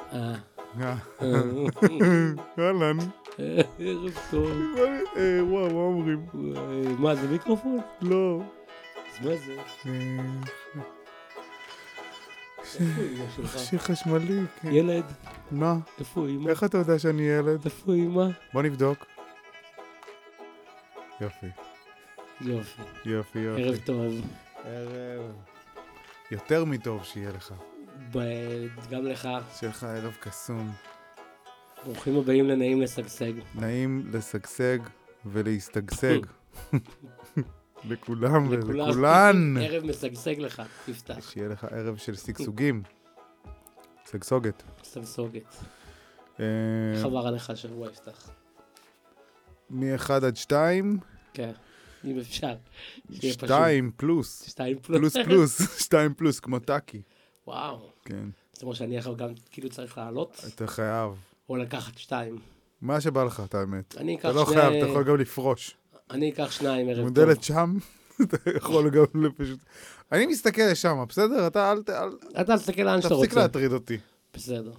אהלן. ערב טוב. וואו, מה אומרים? מה, זה מיקרופון? לא. אז מה זה? איפה אמא שלך? שיר חשמלי, כן. ילד? מה? איפה אמא? איך אתה יודע שאני ילד? איפה אמא? בוא נבדוק. יופי. יופי. יופי, יופי. ערב טוב. ערב. יותר מטוב שיהיה לך. גם לך. שיהיה לך ערב קסום. ברוכים הבאים לנעים לשגשג. נעים לשגשג ולהסתגשג. לכולם ולכולן. ערב משגשג לך, תפתח. שיהיה לך ערב של שגשוגים. שגשוגת. שגשוגת. איך עבר עליך שבוע יפתח? מ-1 עד 2? כן, אם אפשר. 2 פלוס. 2 פלוס. 2 פלוס, כמו טאקי. וואו. כן. זאת אומרת שאני עכשיו גם כאילו צריך לעלות? אתה חייב. או לקחת 2. מה שבא לך, את האמת. אני אקח אתה לא חייב, אתה יכול גם לפרוש. אני אקח 2 ערב טוב. מודלת שם, אתה יכול גם לפשוט. אני מסתכל לשם, בסדר? אתה אתה תסתכל לאן שאתה רוצה. תפסיק להטריד אותי. בסדר.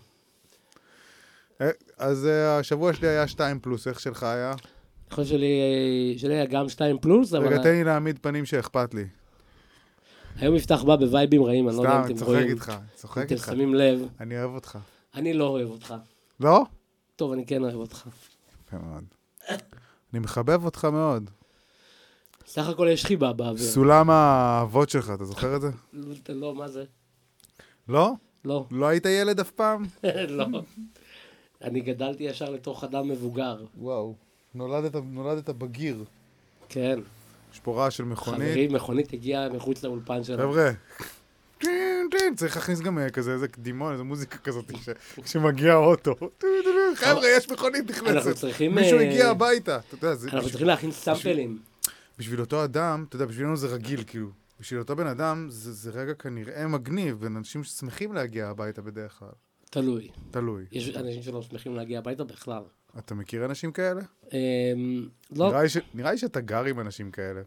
אז השבוע שלי היה 2 פלוס, איך שלך היה? אני חושב שלי היה גם 2 פלוס, אבל... רגע, תן לי להעמיד פנים שאכפת לי. היום יפתח בא בווייבים רעים, אני לא יודע אם אתם רואים. סתם, צוחק אתם איתך. שמים לב. אני אוהב אותך. אני לא אוהב אותך. לא? טוב, אני כן אוהב אותך. יפה מאוד. אני מחבב אותך מאוד. סך הכל יש חיבה באוויר. סולם האהבות שלך, אתה זוכר את זה? לא, מה זה? לא? לא. לא היית ילד אף פעם? לא. אני גדלתי ישר לתוך אדם מבוגר. וואו. נולדת בגיר. כן. יש פה רעש של מכונית. חברים, מכונית הגיעה מחוץ לאולפן שלנו. חבר'ה. צריך להכניס גם כזה איזה קדימון, איזה מוזיקה כזאת כשמגיע האוטו. חבר'ה, יש מכונית אנחנו נכנסת. צריכים... מישהו הגיע הביתה. אנחנו צריכים להכין סאמפלים. בשביל אותו אדם, אתה יודע, בשבילנו זה רגיל, כאילו. בשביל אותו בן אדם, זה רגע כנראה מגניב, ואנשים ששמחים להגיע הביתה בדרך כלל. תלוי. יש אנשים שלא שמחים להגיע הביתה בכלל. אתה מכיר אנשים כאלה? לא. נראה לי שאתה גר עם אנשים כאלה.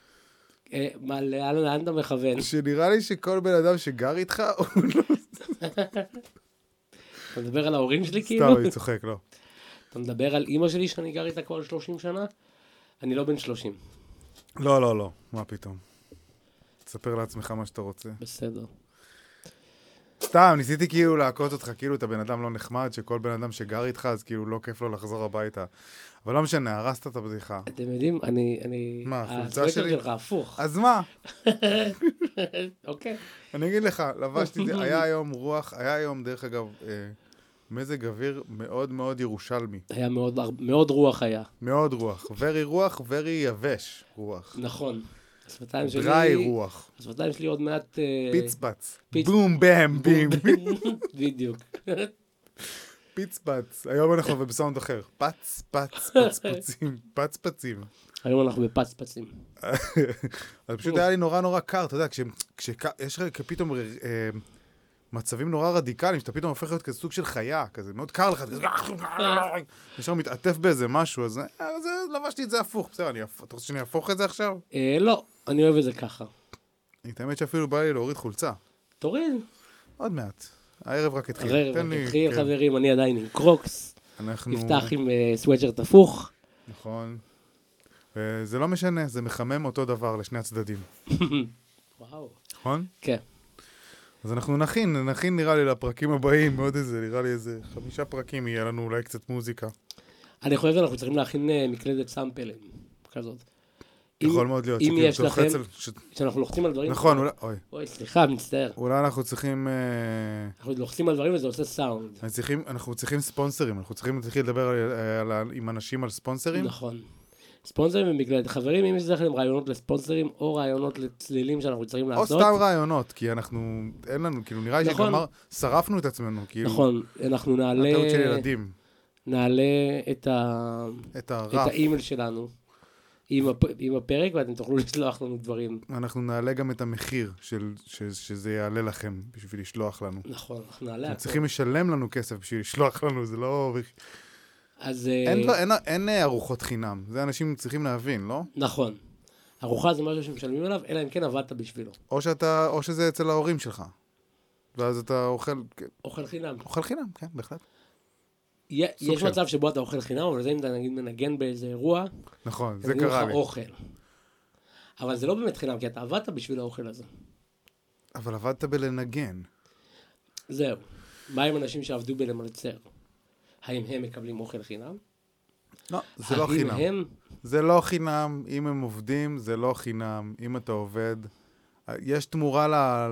לאן אתה מכוון? שנראה לי שכל בן אדם שגר איתך, הוא לא... אתה מדבר על ההורים שלי כאילו? סתם, אני צוחק, לא. אתה מדבר על אמא שלי שאני גר איתה כבר 30 שנה? אני לא בן 30. לא, מה פתאום? תספר לעצמך מה שאתה רוצה. בסדר. סתם, ניסיתי כאילו להכות אותך, כאילו אתה בן אדם לא נחמד, שכל בן אדם שגר איתך, אז כאילו לא כיף לו לחזור הביתה. אבל לא משנה, הרסת את הבדיחה. אתם יודעים, אני... מה, החולצה שלי? שלך הפוך. אז מה? אוקיי. אני אגיד לך, לבשתי את זה, היה היום דרך אגב, מזג אוויר מאוד מאוד ירושלמי. היה מאוד רוח היה. מאוד רוח. רוח, יבש רוח. נכון. השפתיים שלי... דרי רוח. השפתיים שלי עוד מעט... פיצפץ. בום, בם, בים. בדיוק. פיצפץ. היום אנחנו בסאונד אחר. פצפצים. היום אנחנו בפצפצים. אז פשוט היה לי נורא קר, אתה יודע, כשיש פתאום מצבים נורא רדיקליים, שאתה פתאום הופך להיות כזה סוג של חיה, כזה מאוד קר לך, ישר מתעטף באיזה משהו, אז לבשתי את זה הפוך. בסדר, אתה רוצה שאני אהפוך את זה עכשיו? לא, אני אוהב את זה ככה. את האמת שאפילו בא לי להוריד חולצה. תוריד. עוד מעט. הערב רק התחיל. התחיל, חברים, אני עדיין עם קרוקס. אנחנו... נפתח עם סוואצ'רט הפוך. נכון. זה לא משנה, זה מחמם אותו דבר לשני הצדדים. וואו. נכון? כן. אז אנחנו נכין נראה לי לפרקים הבאים, נראה לי איזה 5 פרקים, יהיה לנו אולי קצת מוזיקה. אני חושב שאנחנו צריכים להכין מקלדת סאמפלים, כזאת. יכול מאוד להיות. אם יש לכם, שאנחנו לוחצים על דברים... נכון, אוי, סליחה, מצטער. אולי אנחנו צריכים... אנחנו לוחצים על דברים וזה עושה סאונד. אנחנו צריכים ספונסרים, אנחנו צריכים להתחיל לדבר עם אנשים על ספונסרים. נכון. ספונסרים ומקלדת. חברים, אם יש לכם רעיונות לספונסרים או רעיונות לצלילים שאנחנו צריכים לעשות. או סתם רעיונות, כי אין לנו, כאילו נראה לי שכבר שרפנו את עצמנו. נכון, אנחנו נעלה... הטעות של ילדים. נעלה את האימייל שלנו עם הפרק, ואתם תוכלו לשלוח לנו דברים. אנחנו נעלה גם את המחיר שזה יעלה לכם בשביל לשלוח לנו. נכון, אנחנו נעלה. אתם צריכים לשלם לנו כסף בשביל לשלוח לנו, זה לא... אז... אין ארוחות חינם, זה אנשים צריכים להבין, לא? נכון. ארוחה זה משהו שמשלמים עליו, אלא אם כן עבדת בשבילו. או שזה אצל ההורים שלך. ואז אתה אוכל... אוכל חינם. אוכל חינם, כן, בהחלט. יש מצב שבו אתה אוכל חינם, אבל זה אם אתה נגיד מנגן באיזה אירוע, נכון, זה קרה לי. אוכל. אבל זה לא באמת חינם, כי אתה עבדת בשביל האוכל הזה. אבל עבדת בלנגן. זהו. מה עם אנשים שעבדו בלמלצר? האם הם מקבלים אוכל חינם? לא, זה לא חינם. זה לא חינם, אם הם עובדים, זה לא חינם. אם אתה עובד, יש תמורה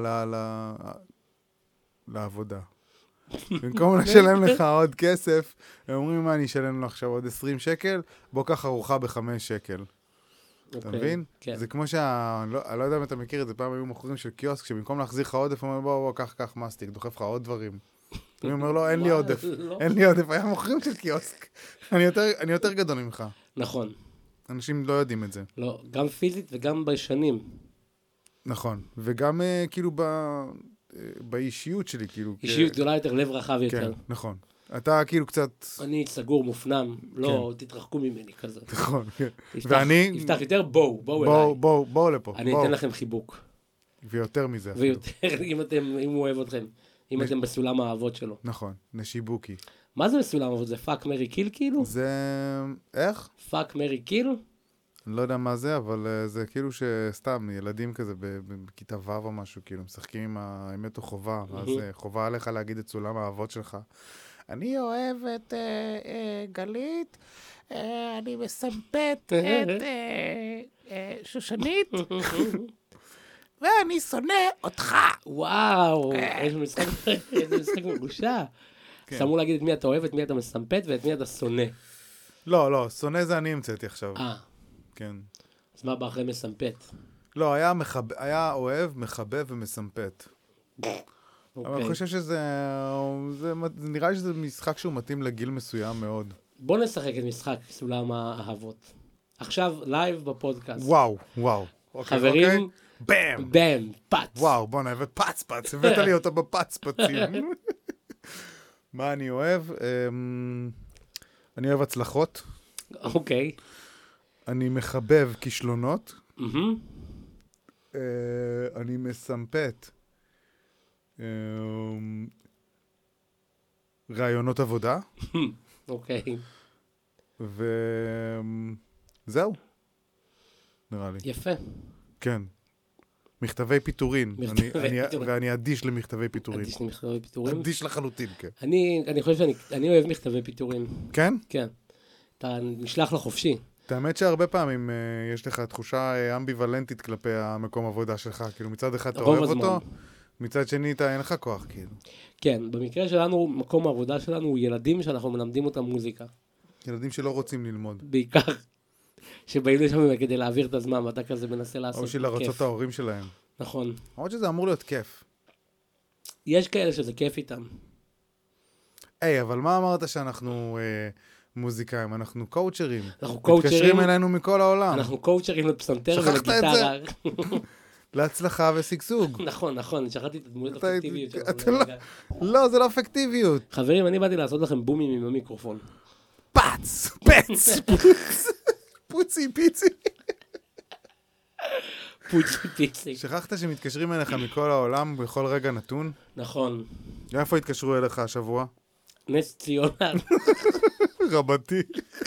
לעבודה. במקום לשלם לך עוד כסף, הם אומרים, מה, אני אשלם לו עכשיו עוד 20 שקל? בוא קח ארוחה ב5 שקל. אתה מבין? זה כמו אני לא יודע אם אתה מכיר את זה, פעם היו מוכרים של קיוסק, שבמקום להחזיר לך עודף, הוא אומר, בוא, קח מסטיק, דוחף לך עוד דברים. אני אומר, לא, אין לי עודף. אין לי עודף, היה מוכרים של קיוסק. אני יותר גדול ממך. נכון. אנשים לא יודעים את זה. לא, גם פיזית וגם בשנים. נכון, וגם כאילו באישיות שלי, כאילו. אישיות גדולה יותר, לב רחב יותר. כן, נכון. אתה כאילו קצת... אני סגור, מופנם, לא, תתרחקו ממני כזה. נכון, כן. ואני... יפתח יותר, בואו אליי. בואו לפה. אני אתן לכם חיבוק. ויותר מזה. ויותר, אם הוא אוהב אתכם. אם אתם בסולם האהבות שלו. נכון, נשיבוקי. מה זה בסולם האהבות? זה פאק מרי קיל כאילו? זה... איך? פאק מרי קיל? אני לא יודע מה זה, אבל זה כאילו שסתם ילדים כזה בכיתה ו' או משהו, כאילו משחקים עם האמת או חובה, אז חובה עליך להגיד את סולם האהבות שלך. אני אוהב את גלית, אני מסמפת את שושנית, ואני שונא אותך. וואו, איזה משחק מגושה. אז אמור להגיד את מי אתה אוהב, את מי אתה מסמפת ואת מי אתה שונא. לא, שונא זה אני המצאתי עכשיו. כן. אז מה בא אחרי מסמפת? לא, היה אוהב, מחבב ומסמפת. אבל אני חושב שזה... נראה לי שזה משחק שהוא מתאים לגיל מסוים מאוד. בוא נשחק את משחק סולם האהבות. עכשיו, לייב בפודקאסט. וואו. חברים, בם, פץ. וואו, בוא נאהב פץ. הבאת לי אותו בפצפצים. מה אני אוהב? אני אוהב הצלחות. אוקיי. אני מחבב כישלונות. אני מסמפת. רעיונות עבודה. אוקיי. וזהו. נראה לי. יפה. כן. מכתבי פיטורין. ואני אדיש למכתבי פיטורין. אדיש למכתבי פיטורין? אדיש לחלוטין, כן. אני חושב שאני אוהב מכתבי פיטורין. כן? כן. אתה נשלח לחופשי. האמת שהרבה פעמים יש לך תחושה אמביוולנטית כלפי המקום עבודה שלך. כאילו מצד אחד אתה אוהב אותו, מצד שני אין לך כוח, כאילו. כן, במקרה שלנו, מקום העבודה שלנו הוא ילדים שאנחנו מלמדים אותם מוזיקה. ילדים שלא רוצים ללמוד. בעיקר, שבאים לשם כדי להעביר את הזמן, ואתה כזה מנסה לעשות כיף. או בשביל לרצות את ההורים שלהם. נכון. למרות שזה אמור להיות כיף. יש כאלה שזה כיף איתם. אבל מה אמרת שאנחנו מוזיקאים? אנחנו קואוצ'רים. אנחנו קואוצ'רים. מתקשרים אלינו מכל העולם. אנחנו קואוצ'רים לפסנתר ולגיטרה. להצלחה וסגסוג. נכון, שכחתי את הדמויות הפקטיביות שלנו. לא, זה לא פקטיביות. חברים, אני באתי לעשות לכם בומים עם המיקרופון. פץ! פוצי פיצי. פוצי פיצי. שכחת שמתקשרים אליך מכל העולם בכל רגע נתון? נכון. איפה התקשרו אליך השבוע? נס ציונה. רבתי.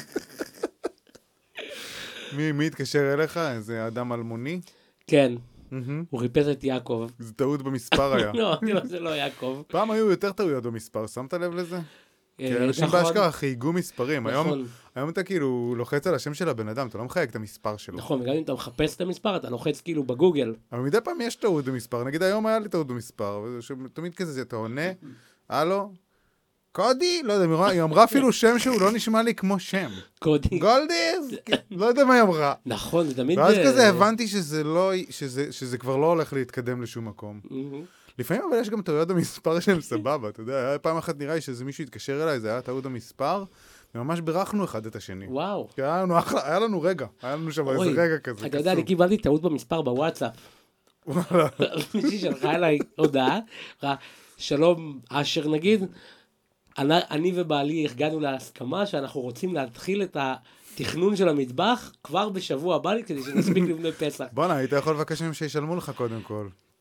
מי התקשר אליך? איזה אדם אלמוני? כן. הוא חיפש את יעקב. זה טעות במספר היה. לא, זה לא יעקב. פעם היו יותר טעויות במספר, שמת לב לזה? כי אנשים באשכרה חייגו מספרים. היום אתה כאילו לוחץ על השם של הבן אדם, אתה לא מחייג את המספר שלו. נכון, וגם אם אתה מחפש את המספר, אתה לוחץ כאילו בגוגל. אבל מדי פעם יש טעות במספר. נגיד היום היה לי טעות במספר, תמיד כזה, אתה עונה, הלו, קודי? לא יודע, היא אמרה אפילו שם שהוא לא נשמע לי כמו שם. קודי. גולדיז? לא יודע מה היא אמרה. נכון, זה תמיד... ואז כזה הבנתי שזה כבר לא הולך להתקדם לשום מקום. לפעמים אבל יש גם טעויות במספר שהם סבבה, אתה יודע, היה פעם אחת נראה לי שזה מישהו התקשר אליי, זה היה טעות במספר, וממש בירכנו אחד את השני. וואו. היה לנו רגע, היה לנו שם איזה רגע כזה. אתה יודע, אני קיבלתי טעות במספר בוואטסאפ. מישהי שלחה אליי הודעה, שלום אשר נגיד, אני ובעלי הגענו להסכמה שאנחנו רוצים להתחיל את התכנון של המטבח כבר בשבוע הבא, כדי שנספיק לבני פסח. בוא'נה, היית יכול לבקש מהם שישלמו לך קודם כל.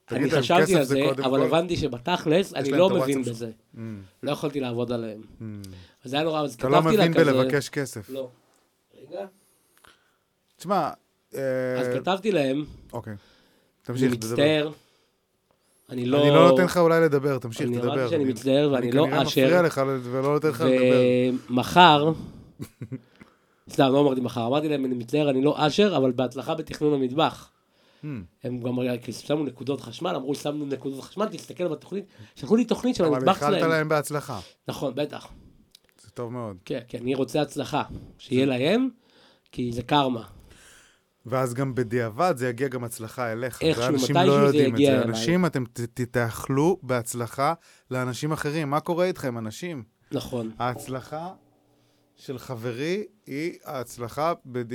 אני תגיד להם, חשבתי כסף על זה זה, קודם אבל כל. הבנתי שבתכלס אני להם לא את מבין הוואטסאפ בזה. Mm. לא יכולתי לעבוד עליהם. אז זה היה נורא, אז אתה לא כתבתי לה מבין כזה... בלבקש כסף. לא. רגע. תשמע, אז כתבתי להם, אוקיי. אני תמשיך, תדבר. מצטער, אני לא... אני לא נותן לך אולי לדבר, תמשיך, אני תדבר. אמרתי שאני מצטער ואני לא אני כנראה אשר. מפריע לך ולא נותן לך לדבר. ומחר, סתם, לא אמרתי מחר, אמרתי להם, אני מצטער, אני לא אשר, אבל בהצלחה בתכנון המטבח. הם גם שמו נקודות חשמל, אמרו, שמנו נקודות חשמל, תסתכל בתוכנית, שלחו לי תוכנית של המטבח שלהם. אבל התחלת להם בהצלחה. נכון, בטח. זה טוב מאוד. כן, כי אני רוצה הצלחה, שיהיה להם, כי זה קרמה. ואז גם בדיעבד זה יגיע גם הצלחה אליך. איכשהו, אנשים מתישהו לא זה יודעים את יגיע זה. אליי. אנשים, אתם תאכלו בהצלחה לאנשים אחרים. מה קורה איתכם, אנשים? נכון. ההצלחה של חברי היא ההצלחה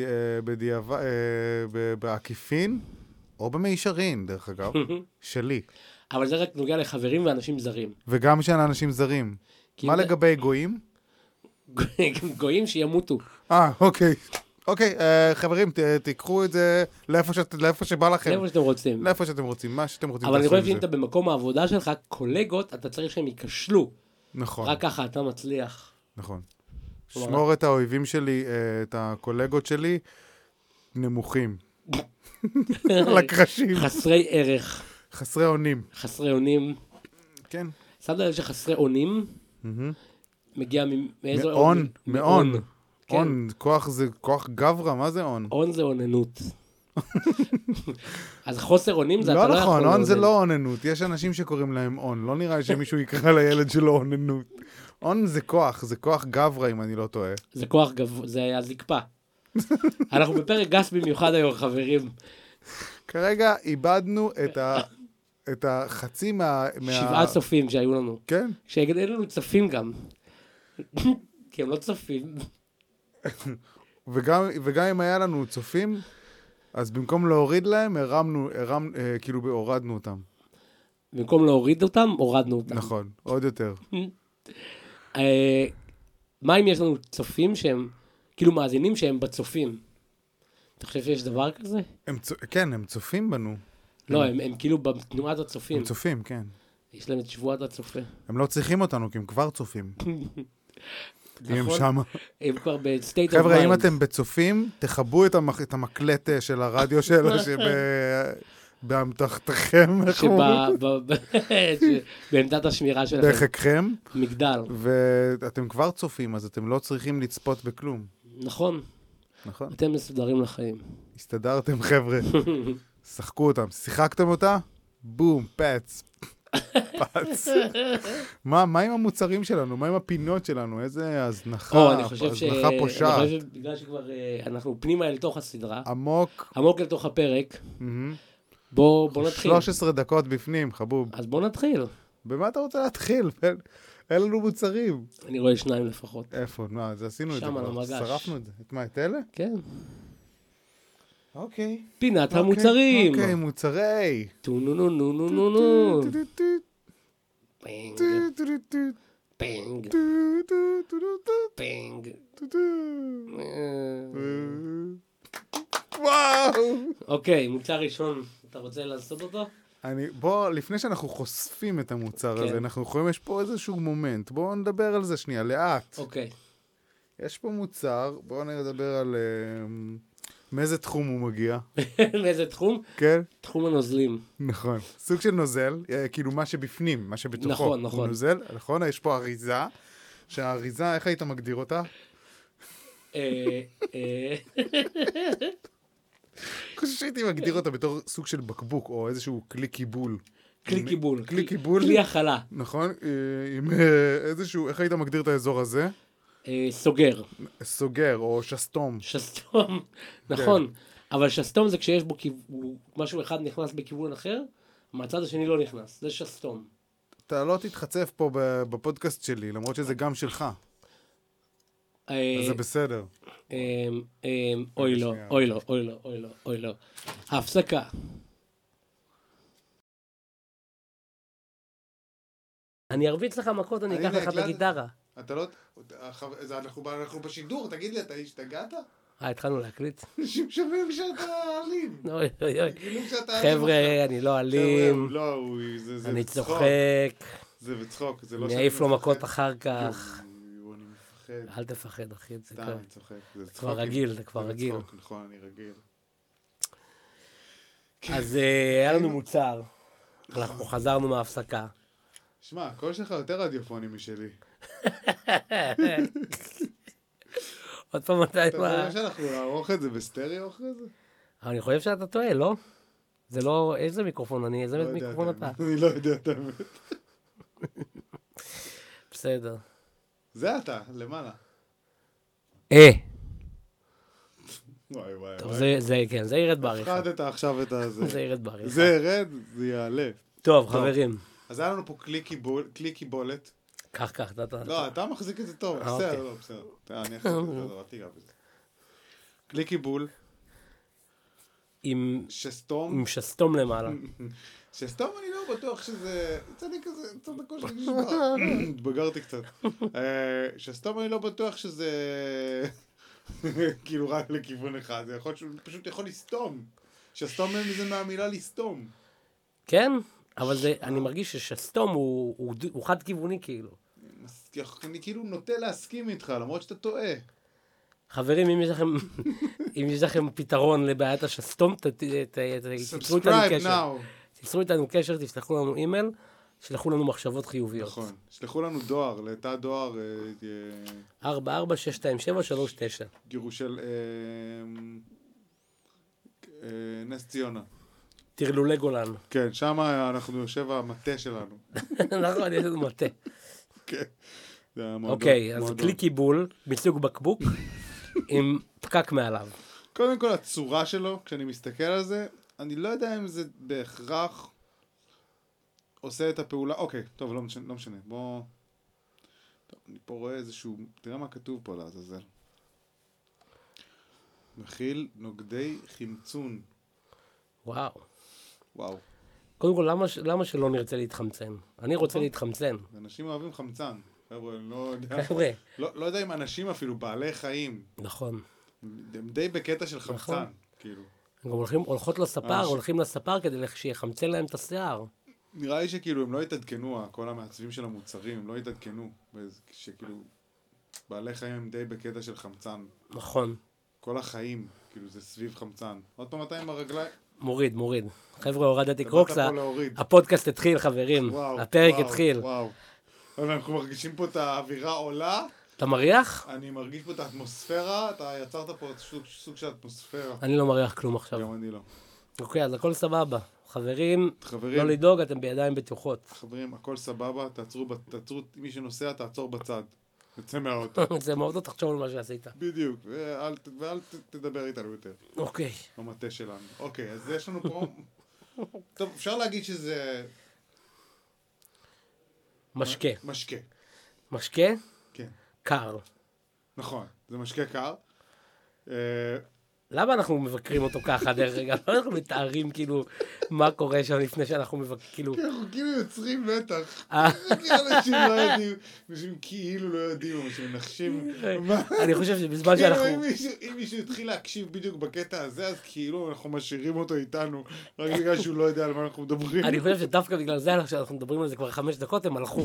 בעקיפין, או במישרין, דרך אגב, שלי. אבל זה רק נוגע לחברים ואנשים זרים. וגם של אנשים זרים. מה לגבי גויים? גויים שימותו. אוקיי. אוקיי, חברים, תיקחו את זה לאיפה שבא לכם. לאיפה שאתם רוצים. לאיפה שאתם רוצים, מה שאתם רוצים. אבל אני חושב שאם אתה במקום העבודה שלך, קולגות, אתה צריך שהם ייכשלו. נכון. רק ככה אתה מצליח. נכון. שמור את האויבים שלי, את הקולגות שלי, נמוכים. לקרשים. חסרי ערך. חסרי אונים. חסרי אונים. כן. שמת לב שחסרי אונים מגיע מאיזו... מאון. און, כוח זה כוח גברה, מה זה און? און זה אוננות. אז חוסר אונים זה אתה לא לא יכול... נכון, און זה לא אוננות. יש אנשים שקוראים להם און. לא נראה לי שמישהו יקרא לילד שלו אוננות. און זה כוח גברה אם אני לא טועה. זה כוח גברה, זה הזקפה. אנחנו בפרק גס במיוחד היום, חברים. כרגע איבדנו את החצי 7 צופים שהיו לנו. כן. שאין לנו צופים גם. כי הם לא צופים. וגם אם היה לנו צופים, אז במקום להוריד להם, כאילו הורדנו אותם. במקום להוריד אותם, הורדנו אותם. נכון, עוד יותר. מה אם יש לנו צופים שהם, כאילו מאזינים שהם בצופים? אתה חושב שיש דבר כזה? כן, הם צופים בנו. לא, הם כאילו בתנועת הצופים. הם צופים, כן. יש להם את שבועת הצופה. הם לא צריכים אותנו, כי הם כבר צופים. כי הם נכון? שמה. הם כבר בסטייט אוף חבר'ה, מיינד. אם אתם בצופים, תכבו את המקלט של הרדיו באמתחתכם, איך אומרים? בעמדת השמירה שלכם. בחיקכם. מגדל. ואתם כבר צופים, אז אתם לא צריכים לצפות בכלום. נכון. נכון. אתם מסודרים לחיים. הסתדרתם, חבר'ה. שחקו אותם. שיחקתם אותה? בום, פץ. פץ. מה עם המוצרים שלנו? מה עם הפינות שלנו? איזה הזנחה, הזנחה פושעת. אני חושב שבגלל שכבר אנחנו פנימה אל תוך הסדרה. עמוק. עמוק אל תוך הפרק. בוא נתחיל. 13 דקות בפנים, חבוב. אז בוא נתחיל. במה אתה רוצה להתחיל? אין לנו מוצרים. אני רואה 2 לפחות. איפה? מה, זה עשינו את זה. שם על המגש. שרפנו את זה. את מה, את אלה? כן. אוקיי. פינת המוצרים. אוקיי, מוצרי. טו נו נו נו נו נו נו. פינג. פינג. פינג. וואו. אוקיי, מוצר ראשון. אתה רוצה לעשות אותו? בוא, לפני שאנחנו חושפים את המוצר הזה, אנחנו יכולים, יש פה איזשהו מומנט. בואו נדבר על זה שנייה, לאט. אוקיי. יש פה מוצר, בואו נדבר על... מאיזה תחום הוא מגיע? מאיזה תחום? כן. תחום הנוזלים. נכון. סוג של נוזל, כאילו מה שבפנים, מה שבתוכו. נכון, נכון. הוא נוזל, נכון? יש פה אריזה, שהאריזה, איך היית מגדיר אותה? חושב שהייתי מגדיר אותה בתור סוג של בקבוק, או איזשהו כלי קיבול. כלי קיבול. כלי קיבול. כלי הכלה. נכון. עם איזשהו, איך היית מגדיר את האזור הזה? סוגר. סוגר, או שסתום. שסתום, נכון. אבל שסתום זה כשיש בו משהו אחד נכנס בכיוון אחר, מהצד השני לא נכנס. זה שסתום. אתה לא תתחצף פה בפודקאסט שלי, למרות שזה גם שלך. אז זה בסדר. אוי לא, אוי לא, אוי לא, אוי לא, אוי לא. הפסקה. אני ארביץ לך מכות, אני אקח לך את הגיטרה. אתה לא... אנחנו בשידור, תגיד לי, אתה השתגעת? התחלנו להקליט. אנשים שומעים שאתה אלים. אוי, אוי, אוי. כאילו שאתה אלים. חבר'ה, אני לא אלים. לא, זה אני צחוק. צוחק. זה בצחוק, זה לא אני אעיף לו מכות אחר כך. אני מפחד. אל תפחד, אחי. זה סתם, אני צוחק. כבר רגיל, זה כבר רגיל. נכון, אני רגיל. אז היה לנו מוצר. אנחנו חזרנו מההפסקה. שמע, הקול שלך יותר רדיופוני משלי. עוד פעם מתי... אתה חושב שאנחנו נערוך את זה בסטריאו אחרי זה? אני חושב שאתה טועה, לא? זה לא... איזה מיקרופון אני? איזה מיקרופון אתה? אני לא יודע את האמת. בסדר. זה אתה, למעלה. וואי וואי. טוב, זה כן, זה ירד בעריכה. הפחדת עכשיו את הזה. זה ירד בעריכה. זה ירד, זה יעלה. טוב, חברים. אז היה לנו פה קליקי בולט. כך, אתה... לא, אתה מחזיק את זה טוב. בסדר, לא, בסדר. אני אחזיק את זה, אל תיגע בזה. קליקי בול. עם שסתום. שסתום למעלה. שסתום אני לא בטוח שזה... יצא לי כזה, קצת הקול שלי נשמע. התבגרתי קצת. שסתום אני לא בטוח שזה... כאילו רק לכיוון אחד. זה יכול שהוא פשוט יכול לסתום. שסתום זה מהמילה לסתום. כן? אבל זה, אני מרגיש ששסתום הוא חד כיווני כאילו. אני כאילו נוטה להסכים איתך, למרות שאתה טועה. חברים, אם יש לכם פתרון לבעיית השסתום, תיצרו איתנו קשר, תשלחו לנו אימייל, תשלחו לנו מחשבות חיוביות. נכון, תשלחו לנו דואר, לתא דואר... 4462739. גירושל... נס ציונה. תרלולי גולן. כן, שם אנחנו יושב המטה שלנו. נכון, יש לנו מטה. כן. אוקיי, אז קליקי בול, מסוג בקבוק, עם פקק מעליו. קודם כל, הצורה שלו, כשאני מסתכל על זה, אני לא יודע אם זה בהכרח עושה את הפעולה. אוקיי, טוב, לא משנה. בוא... טוב, אני פה רואה איזשהו... תראה מה כתוב פה לעזאזל. מכיל נוגדי חמצון. וואו. קודם כל, למה שלא נרצה להתחמצן? אני רוצה להתחמצן. אנשים אוהבים חמצן. חבר'ה, אני לא יודע. לא יודע אם אנשים אפילו, בעלי חיים. נכון. הם די בקטע של חמצן, כאילו. הם הולכים לספר כדי שיחמצן להם את השיער. נראה לי שכאילו הם לא יתעדכנו, כל המעצבים של המוצרים, הם לא יתעדכנו. שכאילו, בעלי חיים הם די בקטע של חמצן. נכון. כל החיים, כאילו זה סביב חמצן. עוד פעם אתה עם הרגליים? מוריד. חבר'ה, הורדתי קרוקס, הפודקאסט התחיל, חברים. הפרק התחיל. וואו. אנחנו מרגישים פה את האווירה עולה. אתה מריח? אני מרגיש פה את האטמוספירה, אתה יצרת פה סוג של אטמוספירה. אני לא מריח כלום עכשיו. גם אני לא. אוקיי, אז הכל סבבה. חברים, לא לדאוג, אתם בידיים בטוחות. חברים, הכל סבבה, תעצרו, מי שנוסע, תעצור בצד. יוצא מהאוטו. יוצא מהאוטו, תחשוב על מה שעשית. בדיוק, ואל תדבר איתנו יותר. אוקיי. במטה שלנו. אוקיי, אז יש לנו פה... טוב, אפשר להגיד שזה... משקה. משקה? כן. קר. נכון, זה משקה קר. למה אנחנו מבקרים אותו ככה, דרך אגב? לא אנחנו מתארים כאילו מה קורה שם לפני שאנחנו מבקרים, כאילו... כן, אנחנו כאילו יוצרים מתח. אנשים לא יודעים, אנשים כאילו לא יודעים, אנשים מנחשים... אני חושב שבזמן שאנחנו... אם מישהו התחיל להקשיב בדיוק בקטע הזה, אז כאילו אנחנו משאירים אותו איתנו, רק בגלל שהוא לא יודע על מה אנחנו מדברים. אני חושב שדווקא בגלל זה שאנחנו מדברים על זה כבר 5 דקות, הם הלכו.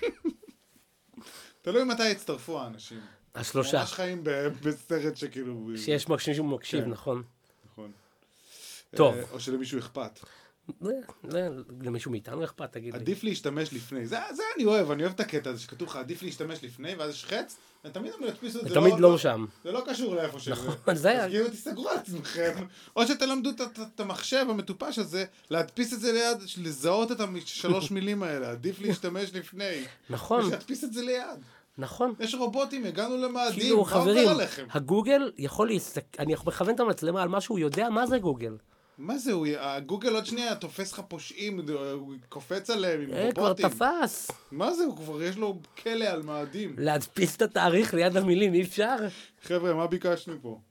תלוי מתי הצטרפו האנשים. 3. ממש חיים בסרט שכאילו... שיש מישהו מקשיב, נכון. נכון. טוב. או שלמישהו אכפת. למישהו מאיתנו אכפת, תגיד לי. עדיף להשתמש לפני. זה אני אוהב את הקטע הזה שכתוב לך, עדיף להשתמש לפני, ואז יש חץ, ותמיד הם ידפיסו את זה. ותמיד לא שם. זה לא קשור לאיפה שזה. נכון, זה... אז כאילו תסתגרו על עצמכם. או שתלמדו את המחשב המטופש הזה, להדפיס את זה ליד, לזהות את 3 מילים האלה. עדיף להשתמש לפני. נכון. ושתדפיס את זה ליד. נכון. יש רובוטים, הגענו למאדים, כאילו, מה עובר עליכם? הגוגל יכול להסתכל, אני מכוון את המצלמה על מה שהוא יודע, מה זה גוגל? מה זה, הגוגל עוד שנייה תופס לך פושעים, הוא קופץ עליהם עם רובוטים. כבר תפס. מה זה, הוא כבר יש לו כלא על מאדים. להדפיס את התאריך ליד המילים, אי אפשר? חבר'ה, מה ביקשנו פה?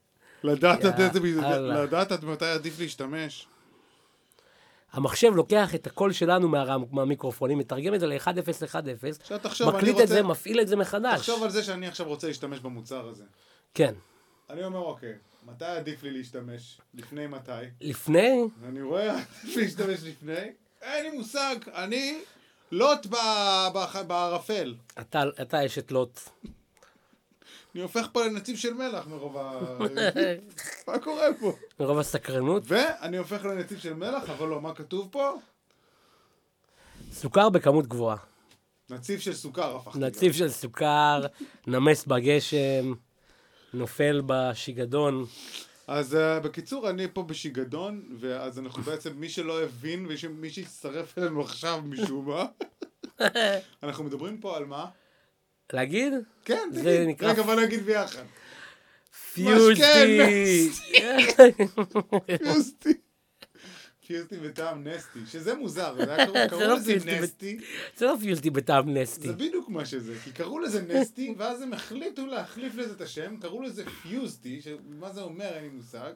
לדעת עד מתי עדיף להשתמש. המחשב לוקח את הקול שלנו מהמיקרופונים, מתרגם את זה ל-1010, מקליט את זה, מפעיל את זה מחדש. תחשוב על זה שאני עכשיו רוצה להשתמש במוצר הזה. כן. אני אומר, אוקיי, מתי עדיף לי להשתמש? לפני מתי? לפני? אני רואה, עדיף להשתמש לפני. אין לי מושג, אני לוט בערפל. אתה אשת לוט. אני הופך פה לנציב של מלח מרוב מה קורה פה? מרוב הסקרנות. ואני הופך לנציב של מלח, אבל לא, מה כתוב פה? סוכר בכמות גבוהה. נציב של סוכר הפכתי. נציב של סוכר, נמס בגשם, נופל בשיגדון. אז בקיצור, אני פה בשיגדון, ואז אנחנו בעצם, מי שלא הבין, ומי שהצטרף אלינו עכשיו משום מה, אנחנו מדברים פה על מה? להגיד? כן, זה תגיד. נקרא... רגע, בוא נגיד ביחד. פיוזטי! פיוזטי. פיוזטי בטעם נסטי, שזה מוזר, קראו לזה נסטי. זה לא פיוזטי בטעם נסטי. זה בדיוק מה שזה, כי קראו לזה נסטי, ואז הם החליטו להחליף לזה את השם, קראו לזה פיוזטי, מה זה אומר, אין לי מושג.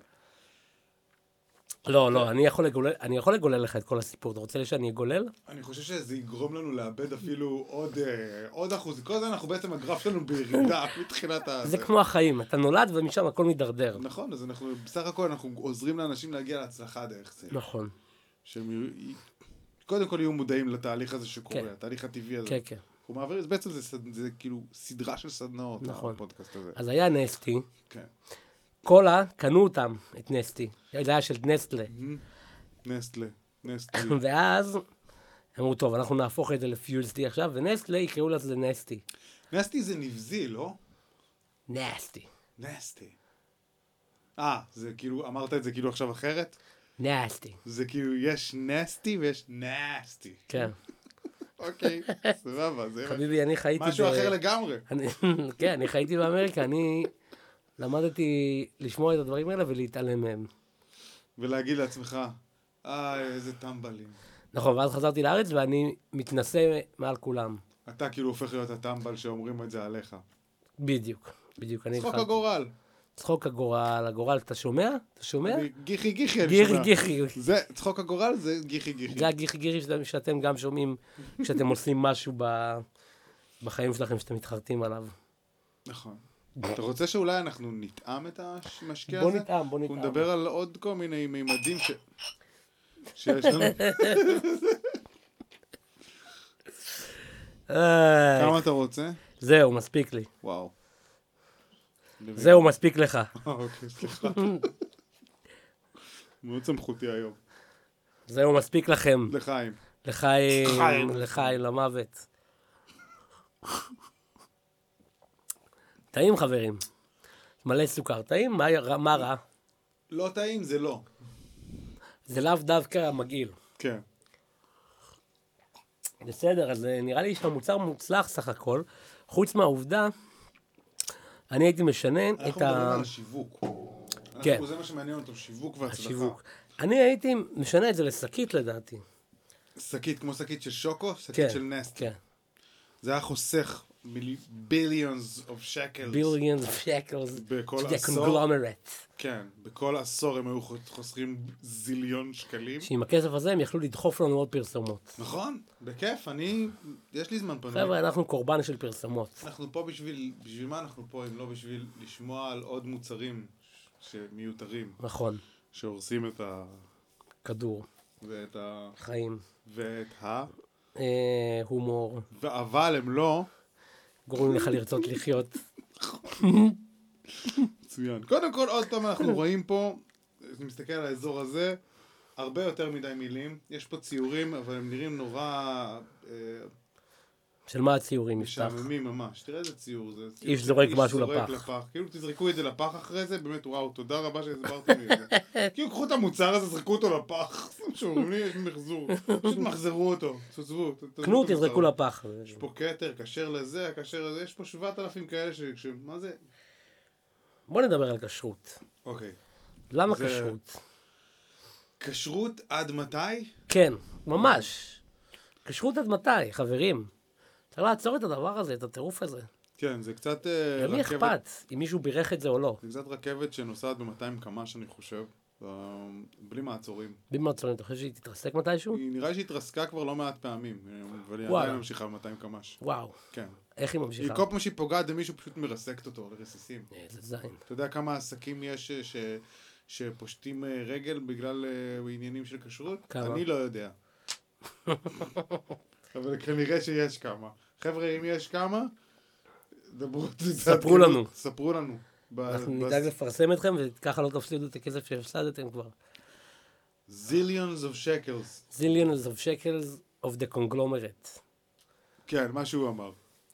לא, אני יכול לגולל לך את כל הסיפור. אתה רוצה שאני אגולל? אני חושב שזה יגרום לנו לאבד אפילו עוד אחוז. כל זה אנחנו בעצם, הגרף שלנו בירידה מתחילת הזה. זה כמו החיים, אתה נולד ומשם הכל מתדרדר. נכון, אז אנחנו, בסך הכל אנחנו עוזרים לאנשים להגיע להצלחה דרך זה. נכון. שהם קודם כל יהיו מודעים לתהליך הזה שקורה, התהליך הטבעי הזה. כן, כן. הוא מעביר, בעצם זה כאילו סדרה של סדנאות, נכון. הפודקאסט הזה. אז היה נסטי. כן. קולה, קנו אותם, את נסטי. זה היה של נסטלה. נסטלה. ואז אמרו, טוב, אנחנו נהפוך את זה לפיוזטי עכשיו, ונסטלה יקראו לזה נסטי. נסטי זה נבזי, לא? נסטי. נסטי. זה כאילו, אמרת את זה כאילו עכשיו אחרת? נסטי. זה כאילו, יש נסטי ויש נסטי. כן. אוקיי, סבבה. חביבי, אני חייתי... משהו אחר לגמרי. כן, אני חייתי באמריקה, אני למדתי לשמוע את הדברים האלה ולהתעלם מהם. ולהגיד לעצמך, איזה טמבלים. נכון, ואז חזרתי לארץ ואני מתנשא מעל כולם. אתה כאילו הופך להיות הטמבל שאומרים את זה עליך. בדיוק. צחוק הגורל. צחוק הגורל, אתה שומע? אתה שומע? גיחי, אני שומע. גיחי. זה, צחוק הגורל זה גיחי. זה הגיחי שאתם גם שומעים כשאתם עושים משהו בחיים שלכם שאתם מתחרטים עליו. נכון. אתה רוצה שאולי אנחנו נטעם את המשקיע הזה? בוא נטעם. אנחנו נדבר על עוד כל מיני מימדים שיש לנו. כמה אתה רוצה? זהו, מספיק לי. וואו. זהו, מספיק לך. אוקיי, סליחה. מאוד סמכותי היום. זהו, מספיק לכם. לחיים. לחיים, למוות. טעים, חברים. מלא סוכר. טעים? מה רע? לא טעים, זה לא. זה לאו דווקא מגעיל. כן. בסדר, אז נראה לי שהמוצר מוצלח סך הכל. חוץ מהעובדה, אני הייתי משנה את ה... אנחנו מדברים על השיווק. כן. זה מה שמעניין אותו, שיווק והצלחה. השיווק. אני הייתי משנה את זה לשקית לדעתי. שקית, כמו שקית של שוקו? שקית של נסטי. כן. זה היה חוסך billions of shekels. billions of shekels. בכל עשור. כן, בכל עשור הם היו חוסכים זיליון שקלים. שעם הכסף הזה הם יכלו לדחוף לנו עוד פרסומות. נכון, בכיף, יש לי זמן פנוי. חבר'ה, אנחנו קורבן של פרסומות. אנחנו פה בשביל מה אנחנו פה, אם לא בשביל לשמוע על עוד מוצרים שמיותרים. נכון. שהורסים את כדור. ואת חיים. ואת הומור. אבל הם לא... גורמים לך לרצות לחיות. מצוין. קודם כל, עוד פעם אנחנו רואים פה, אני מסתכל על האזור הזה, הרבה יותר מדי מילים. יש פה ציורים, אבל הם נראים נורא... של מה הציורים משטח? משעממים ממש. תראה איזה ציור זה. איש זורק משהו לפח. כאילו תזרקו את זה לפח אחרי זה, באמת וואו, תודה רבה שהסברתם לי את זה. כאילו קחו את המוצר הזה, זרקו אותו לפח. שאומרים לי, יש מחזור. פשוט מחזרו אותו. תעזבו. קנו, תזרקו לפח. יש פה כתר, כשר לזה, כשר לזה. יש פה 7,000 כאלה מה זה? בוא נדבר על כשרות. אוקיי. למה כשרות? כשרות עד מתי? כן, ממש. כשרות עד מתי, חברים? צריך לעצור את הדבר הזה, את הטירוף הזה. כן, זה קצת למי אכפת, אם מישהו בירך את זה או לא. זה קצת רכבת שנוסעת ב-200 קמ"ש, אני חושב, בלי מעצורים. בלי מעצורים, אתה חושב שהיא תתרסק מתישהו? נראה לי שהיא התרסקה כבר לא מעט פעמים, אבל היא עדיין ממשיכה ב-200 קמ"ש. וואו. כן. איך היא ממשיכה? היא כל פעם שהיא פוגעת במישהו פשוט מרסקת אותו לרסיסים. איזה זין. אתה יודע כמה עסקים יש שפושטים רגל בגלל עניינים של כשרות? כמה? אני לא יודע. אבל כנראה שיש כמה. חבר'ה, אם יש כמה, דברו, ספרו לנו. ספרו לנו. אנחנו נדאג לפרסם אתכם, וככה לא תפסידו את הכסף שהפסדתם כבר. Zillions of shekels. Zillions of shekels of the conglomerate. כן, מה שהוא אמר.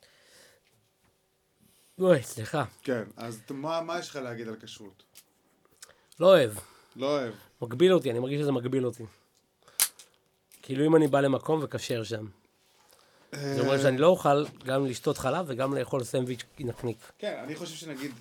אוי, סליחה. כן, אז מה יש לך להגיד על כשרות? לא אוהב. לא אוהב. מגביל אותי, אני מרגיש שזה מגביל אותי. כאילו אם אני בא למקום וכשר שם. זה אומר שאני לא אוכל גם לשתות חלב וגם לאכול סנדוויץ' נקניק. כן, אני חושב שנגיד...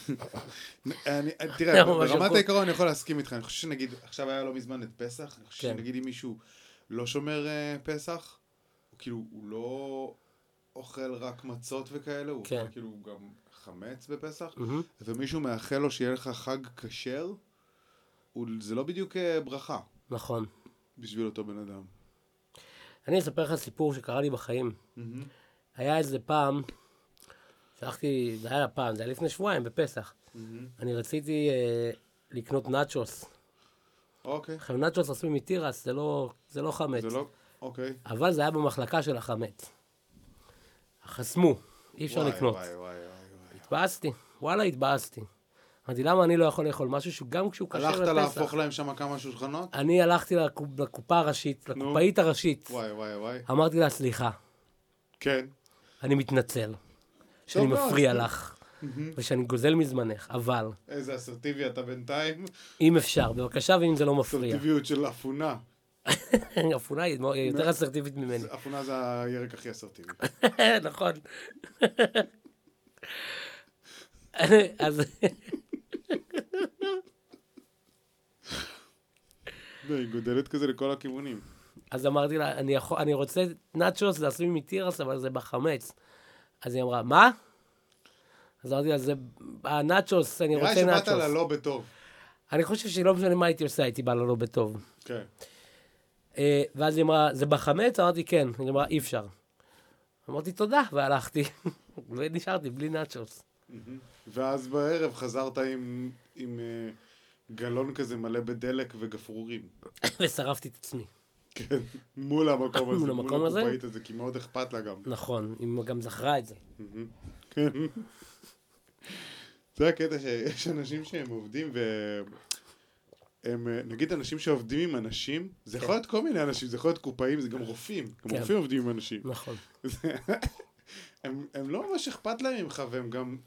תראה, ברמת העיקרון אני יכול להסכים איתך. אני חושב שנגיד, עכשיו היה לא מזמן את פסח. אני חושב שנגיד אם מישהו לא שומר פסח, כאילו הוא לא אוכל רק מצות וכאלה, הוא אוכל כאילו גם חמץ בפסח, ומישהו מאחל לו שיהיה לך חג כשר, זה לא בדיוק ברכה. נכון. בשביל אותו בן אדם. אני אספר לך סיפור שקרה לי בחיים. היה איזה פעם, זה היה לפני שבועיים בפסח. אני רציתי לקנות נאצ'וס. אוקיי. עכשיו נאצ'וס עשוי מתירס, זה לא חמץ. זה לא, אוקיי. אבל זה היה במחלקה של החמץ. חסמו, אי אפשר לקנות. וואי. התבאסתי, וואלה התבאסתי. אמרתי, למה אני לא יכול לאכול משהו שגם כשהוא קשר לפסח? הלכת להפוך להם שם כמה שולחנות? אני הלכתי לקופה הראשית, לקופאית הראשית. וואי. אמרתי לה, סליחה. כן. אני מתנצל. שאני מפריע לך. ושאני גוזל מזמנך, אבל... איזה אסרטיבי אתה בינתיים. אם אפשר, בבקשה, ואם זה לא מפריע. אסרטיביות של אפונה. אפונה היא יותר אסרטיבית ממני. אפונה זה הירק הכי אסרטיבי. נכון. אז... היא גודלת כזה לכל הכיוונים. אז אמרתי לה, אני רוצה נאצ'וס, זה עשוי מתירס, אבל זה בחמץ. אז היא אמרה, מה? אז אמרתי לה, זה הנאצ'וס, אני רוצה נאצ'וס. נראה שבאת לה לא בטוב. אני חושב שלא משנה מה הייתי עושה, הייתי בא לה לא בטוב. כן. ואז היא אמרה, זה בחמץ? אמרתי, כן. היא אמרה, אי אפשר. אמרתי, תודה, והלכתי. ונשארתי בלי נאצ'וס. ואז בערב חזרת עם גלון כזה מלא בדלק וגפרורים. ושרפתי את עצמי. כן, מול המקום הזה. מול המקום הזה? הקופאית הזה, כי מאוד אכפת לה גם. נכון, היא גם זכרה את זה. כן. זה הקטע שיש אנשים שהם עובדים נגיד אנשים שעובדים עם אנשים, זה יכול להיות כל מיני אנשים, זה יכול להיות קופאים, זה גם רופאים. גם רופאים עובדים עם אנשים. נכון. הם לא ממש אכפת להם ממך, והם גם...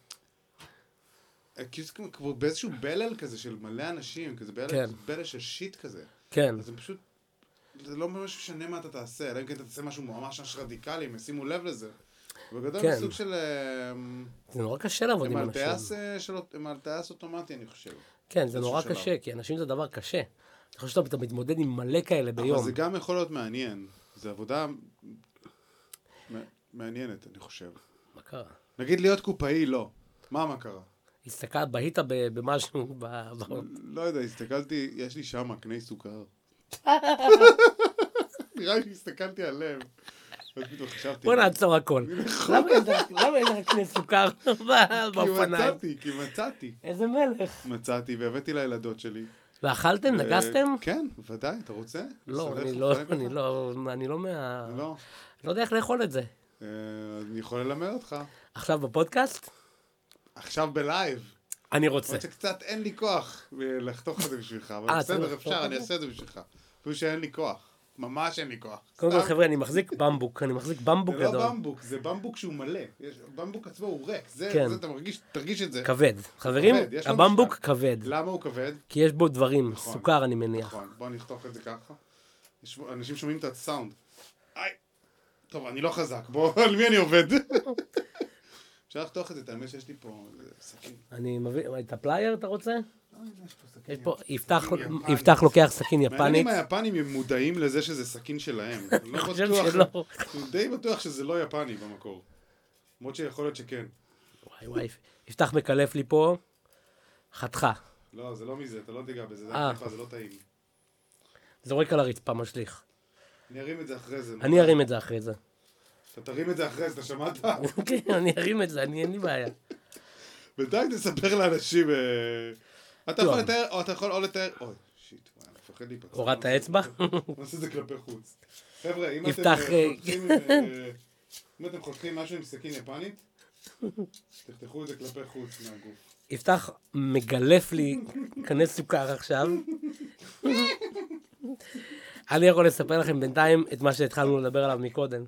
כאילו באיזשהו בלל כזה של מלא אנשים, כזה בלל של שיט כזה. כן. אז הם פשוט... זה לא ממש משנה מה אתה תעשה, אלא אם כן אתה תעשה משהו ממש רדיקלי, הם ישימו לב לזה. בגדול זה סוג של... זה נורא קשה לעבוד עם אנשים. הם על טייס אוטומטי, אני חושב. כן, זה נורא קשה, כי אנשים זה דבר קשה. אני חושב שאתה מתמודד עם מלא כאלה ביום. אבל זה גם יכול להיות מעניין. זו עבודה מעניינת, אני חושב. מה קרה? נגיד להיות קופאי, לא. מה קרה? הסתכלת, בהית במשהו... לא יודע, הסתכלתי, יש לי שם קני סוכר. נראה לי שהסתכלתי עליהם. בוא נעצור הכל. למה יש לך קני סוכר באופניים? כי מצאתי. איזה מלך. מצאתי והבאתי לילדות שלי. ואכלתם? נגסתם? כן, ודאי, אתה רוצה? לא, אני לא מה... לא יודע איך לאכול את זה. אני יכול ללמד אותך. עכשיו בפודקאסט? עכשיו בלייב. אני רוצה. עוד שקצת אין לי כוח לחתוך את זה בשבילך, אבל בסדר, אפשר, אני אעשה את זה בשבילך. אפילו שאין לי כוח. ממש אין לי כוח. קודם כל, חבר'ה, אני מחזיק במבוק גדול. זה לא במבוק, זה במבוק שהוא מלא. במבוק עצמו הוא ריק. זה, אתה תרגיש את זה. כבד. חברים, הבמבוק כבד. למה הוא כבד? כי יש בו דברים, סוכר אני מניח. נכון, בוא נחתוך את זה ככה. אנשים שומעים את הסאונד. טוב, אני לא חזק, בוא, על מי אני עובד? אפשר לחתוך את זה, תאמין שיש לי פה סכין. אני מביא, את הפלייר אתה רוצה? יש פה, יפתח לוקח סכין יפנית. מעניין אם היפנים הם מודעים לזה שזה סכין שלהם. אני חושב שלא. אני די בטוח שזה לא יפני במקור. למרות שיכול להיות שכן. וואי, יפתח מקלף לי פה, חתכה. לא, זה לא מזה, אתה לא תיגע בזה, זה הקליפה, זה לא טעים. זורק על הרצפה, משליך. אני ארים את זה אחרי זה. אני ארים את זה אחרי זה. אתה תרים את זה אחרי זה, אתה שמעת? כן, אני ארים את זה, אין לי בעיה. בינתיים תספר לאנשים, אתה יכול לתאר, או אתה יכול או לתאר, אוי, שיט, אני מפחד להיפצע. הורדת האצבע? נעשה את זה כלפי חוץ. חבר'ה, אם אתם חותכים משהו עם סכין יפנית, תחתכו את זה כלפי חוץ מהגוף. יפתח מגלף לי כנס סוכר עכשיו. אני יכול לספר לכם בינתיים את מה שהתחלנו לדבר עליו מקודם.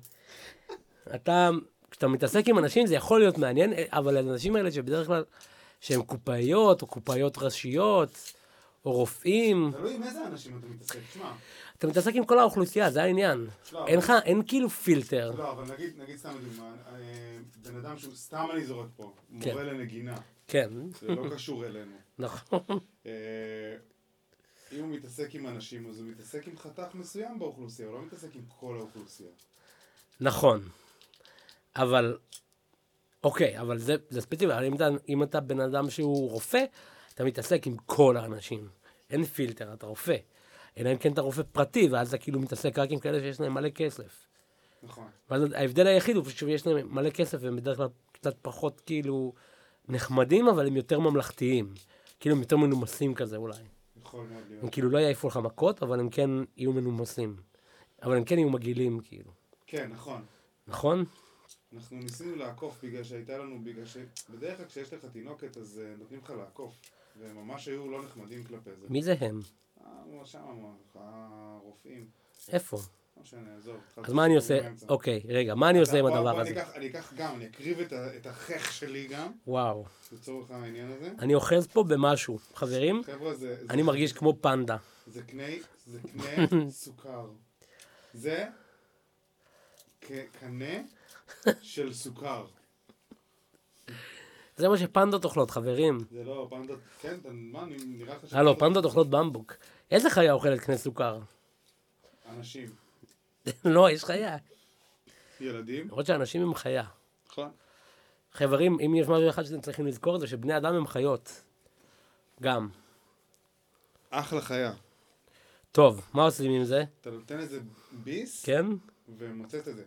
כשאתה מתעסק עם אנשים זה יכול להיות מעניין, אבל האנשים האלה שבדרך כלל, שהם קופאיות או קופאיות ראשיות, או רופאים. תלוי עם איזה אנשים אתה מתעסק, תשמע. אתה מתעסק עם כל האוכלוסייה, זה העניין. אין כאילו פילטר. לא, אבל נגיד סתם דוגמה, בן אדם שהוא סתם אני זורק פה, מורה לנגינה. כן. זה לא קשור אלינו. נכון. אם הוא מתעסק עם אנשים, אז הוא מתעסק עם חתך מסוים באוכלוסייה, הוא לא מתעסק עם כל האוכלוסייה. נכון. אבל, אוקיי, אבל זה ספציפי, אם אתה בן אדם שהוא רופא, אתה מתעסק עם כל האנשים. אין פילטר, אתה רופא. אלא אם כן אתה רופא פרטי, ואז אתה כאילו מתעסק רק עם כאלה שיש להם מלא כסף. נכון. ואז ההבדל היחיד הוא פשוט שיש להם מלא כסף, והם בדרך כלל קצת פחות כאילו נחמדים, אבל הם יותר ממלכתיים. כאילו הם יותר מנומסים כזה אולי. יכול מאוד להיות. הם כאילו לא יעיפו לך מכות, אבל הם כן יהיו מנומסים. אבל הם כן יהיו מגעילים כאילו. כן, נכון. נכון? אנחנו ניסינו לעקוף בגלל שבדרך כלל כשיש לך תינוקת אז נותנים לך לעקוף. והם ממש היו לא נחמדים כלפי זה. מי זה הם? שם הרופאים. איפה? לא משנה, עזוב. אז מה אני עושה? אוקיי, רגע, מה אני עושה עם הדבר הזה? אני אקח גם, אני אקריב את החך שלי גם. וואו. לצורך העניין הזה. אני אוחז פה במשהו. חברים, אני מרגיש כמו פנדה. זה קנה סוכר. זה קנה של סוכר. זה מה שפנדות אוכלות, חברים. זה לא, פנדות, כן, מה, נראה לך לא, פנדות אוכלות במבוק. איזה חיה אוכלת קנה סוכר? אנשים. לא, יש חיה. ילדים? למרות שאנשים הם חיה. נכון. חברים, אם יש משהו אחד שאתם צריכים לזכור, זה שבני אדם הם חיות. גם. אחלה חיה. טוב, מה עושים עם זה? אתה נותן איזה ביס, כן? ומוצאת את זה.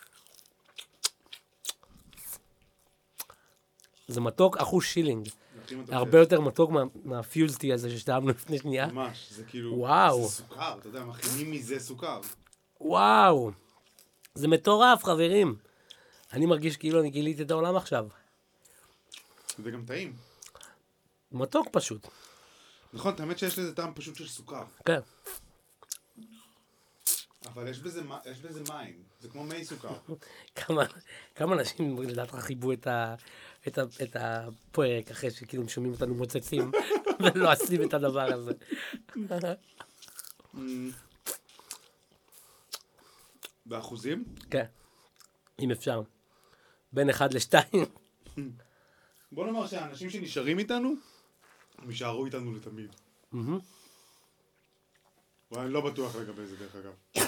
זה מתוק אחוז שילינג. הרבה יותר מתוק מהפיוזטי הזה ששתאמנו לפני שנייה. ממש, זה כאילו... וואו. זה סוכר, אתה יודע, מכינים מזה סוכר. וואו. זה מטורף, חברים. אני מרגיש כאילו אני גיליתי את העולם עכשיו. זה גם טעים. מתוק פשוט. נכון, האמת שיש לזה טעם פשוט של סוכר. כן. אבל יש בזה מים, זה כמו מי סוכר. כמה אנשים לדעתך חיבו את הפרק אחרי שכאילו שומעים אותנו מוצצים ולא עושים את הדבר הזה. באחוזים? כן, אם אפשר. בין 1 ל-2. בוא נאמר שהאנשים שנשארים איתנו, הם יישארו איתנו לתמיד. ואני לא בטוח לגבי זה דרך אגב.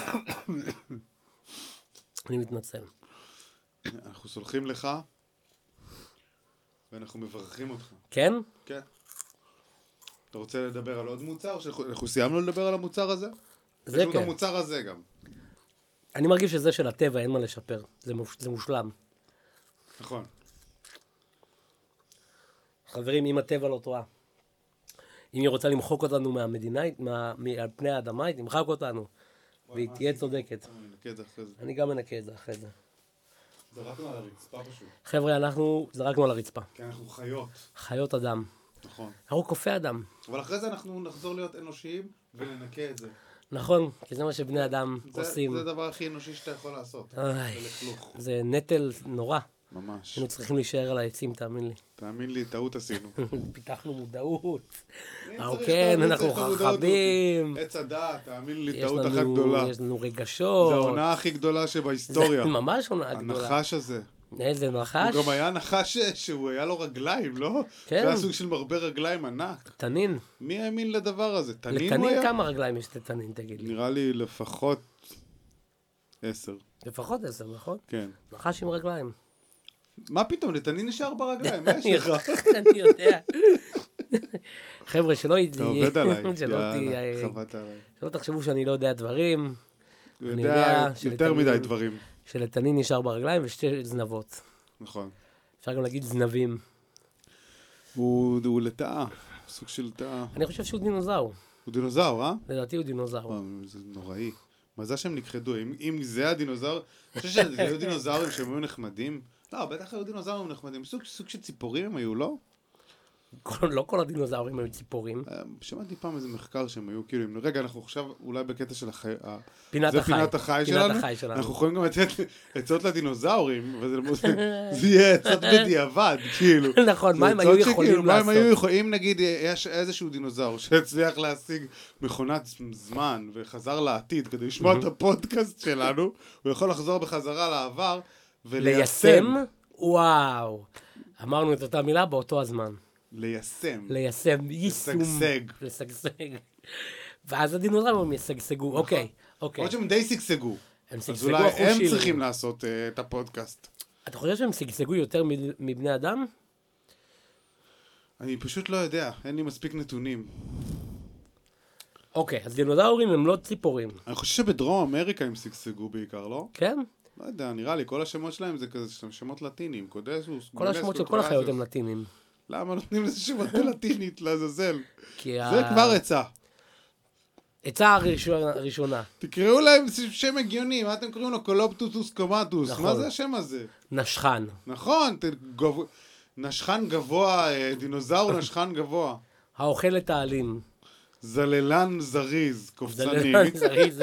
אני מתנצל. אנחנו סולחים לך, ואנחנו מברכים אותך. כן? כן. אתה רוצה לדבר על עוד מוצר, או שאנחנו סיימנו לדבר על המוצר הזה? זה כן. יש לנו את המוצר הזה גם. אני מרגיש שזה של הטבע, אין מה לשפר. זה מושלם. נכון. חברים, אם הטבע לא טועה. אם היא רוצה למחוק אותנו מהמדינה, על פני האדמה, היא תמחק אותנו. והיא תהיה צודקת. אני גם מנקה את זה אחרי זה. זרקנו על הרצפה פשוט. חבר'ה, אנחנו זרקנו על הרצפה. כי אנחנו חיות. חיות אדם. נכון. אנחנו קופי אדם. אבל אחרי זה אנחנו נחזור להיות אנושיים ולנקה את זה. נכון, כי זה מה שבני אדם עושים. זה הדבר הכי אנושי שאתה יכול לעשות. זה נטל נורא. ממש. היינו צריכים להישאר על העצים, תאמין לי. תאמין לי, טעות עשינו. פיתחנו מודעות. כן, אנחנו חכמים. עץ הדעת, תאמין לי, טעות אחת גדולה. יש לנו רגשות. זה העונה הכי גדולה שבהיסטוריה. זה ממש עונה גדולה. הנחש הזה. איזה נחש? הוא גם היה נחש שהוא היה לו רגליים, לא? כן. זה היה סוג של מרבה רגליים ענק. תנין. מי האמין לדבר הזה? תנין הוא היה? לתנין כמה רגליים יש לתנין, תגיד לי? נראה לי לפחות 10. לפחות 10, נכון? כן. נחש עם רגליים. מה פתאום? לתנין יש 4 רגליים, מה יש לך? אני יודע. חבר'ה, שלא אתה עובד עליי. חוות עליי. שלא תחשבו שאני לא יודע דברים. הוא יודע יותר מדי דברים. שלתנין נשאר ברגליים ושתי זנבות. נכון. אפשר גם להגיד זנבים. הוא לטאה, סוג של לטאה. אני חושב שהוא דינוזאור. הוא דינוזאור, אה? לדעתי הוא דינוזאור. זה נוראי. מה זה שהם נכחדו? אם זה הדינוזאור... אני חושב שהיו דינוזאורים שהם היו נחמדים. לא, בטח היו דינוזאורים נחמדים. סוג של ציפורים הם היו, לא? לא כל הדינוזאורים היו ציפורים. שמעתי פעם איזה מחקר שהם היו כאילו... רגע, אנחנו עכשיו אולי בקטע של החי... פינת זה החי. פינת החי שלנו. אנחנו יכולים גם לתת עצות לדינוזאורים, אבל זה יהיה עצות בדיעבד, כאילו. נכון, מה הם היו יכולים לעשות? אם נגיד יש איזשהו דינוזאור שהצליח להשיג מכונת זמן וחזר לעתיד כדי לשמוע את הפודקאסט שלנו, הוא יכול לחזור בחזרה לעבר וליישם. וואו. אמרנו את אותה מילה באותו הזמן. ליישם. יישום. לשגשג. ואז הדינוזאורים ישגשגו, אוקיי. עוד שהם די שגשגו. אז אולי הם צריכים לעשות את הפודקאסט. אתה חושב שהם שגשגו יותר מבני אדם? אני פשוט לא יודע, אין לי מספיק נתונים. אוקיי, אז דינוזאורים הם לא ציפורים. אני חושב שבדרום אמריקה הם שגשגו בעיקר, לא? כן? לא יודע, נראה לי, כל השמות שלהם זה כזה שמות לטינים, קודסוס, כל השמות של כל החיות הם לטינים. למה נותנים לזה שמות לטינית לעזאזל? זה כבר עצה. עצה הראשונה. תקראו להם שם הגיוני, מה אתם קוראים לו? קולופטוס קומטוס, מה זה השם הזה? נשכן. נכון, נשכן גבוה, דינוזאור נשכן גבוה. האוכל את העלים. זללן זריז, קופצני. זללן זריז.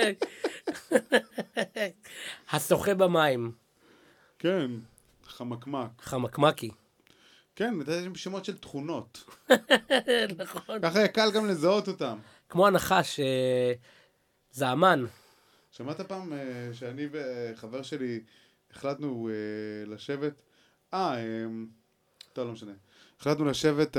השוחה במים. כן, חמקמק. חמקמקי. כן, יש שמות של תכונות. נכון. ככה יהיה קל גם לזהות אותם. כמו הנחש, זעמן. שמעת פעם שאני וחבר שלי החלטנו לשבת, לא משנה. החלטנו לשבת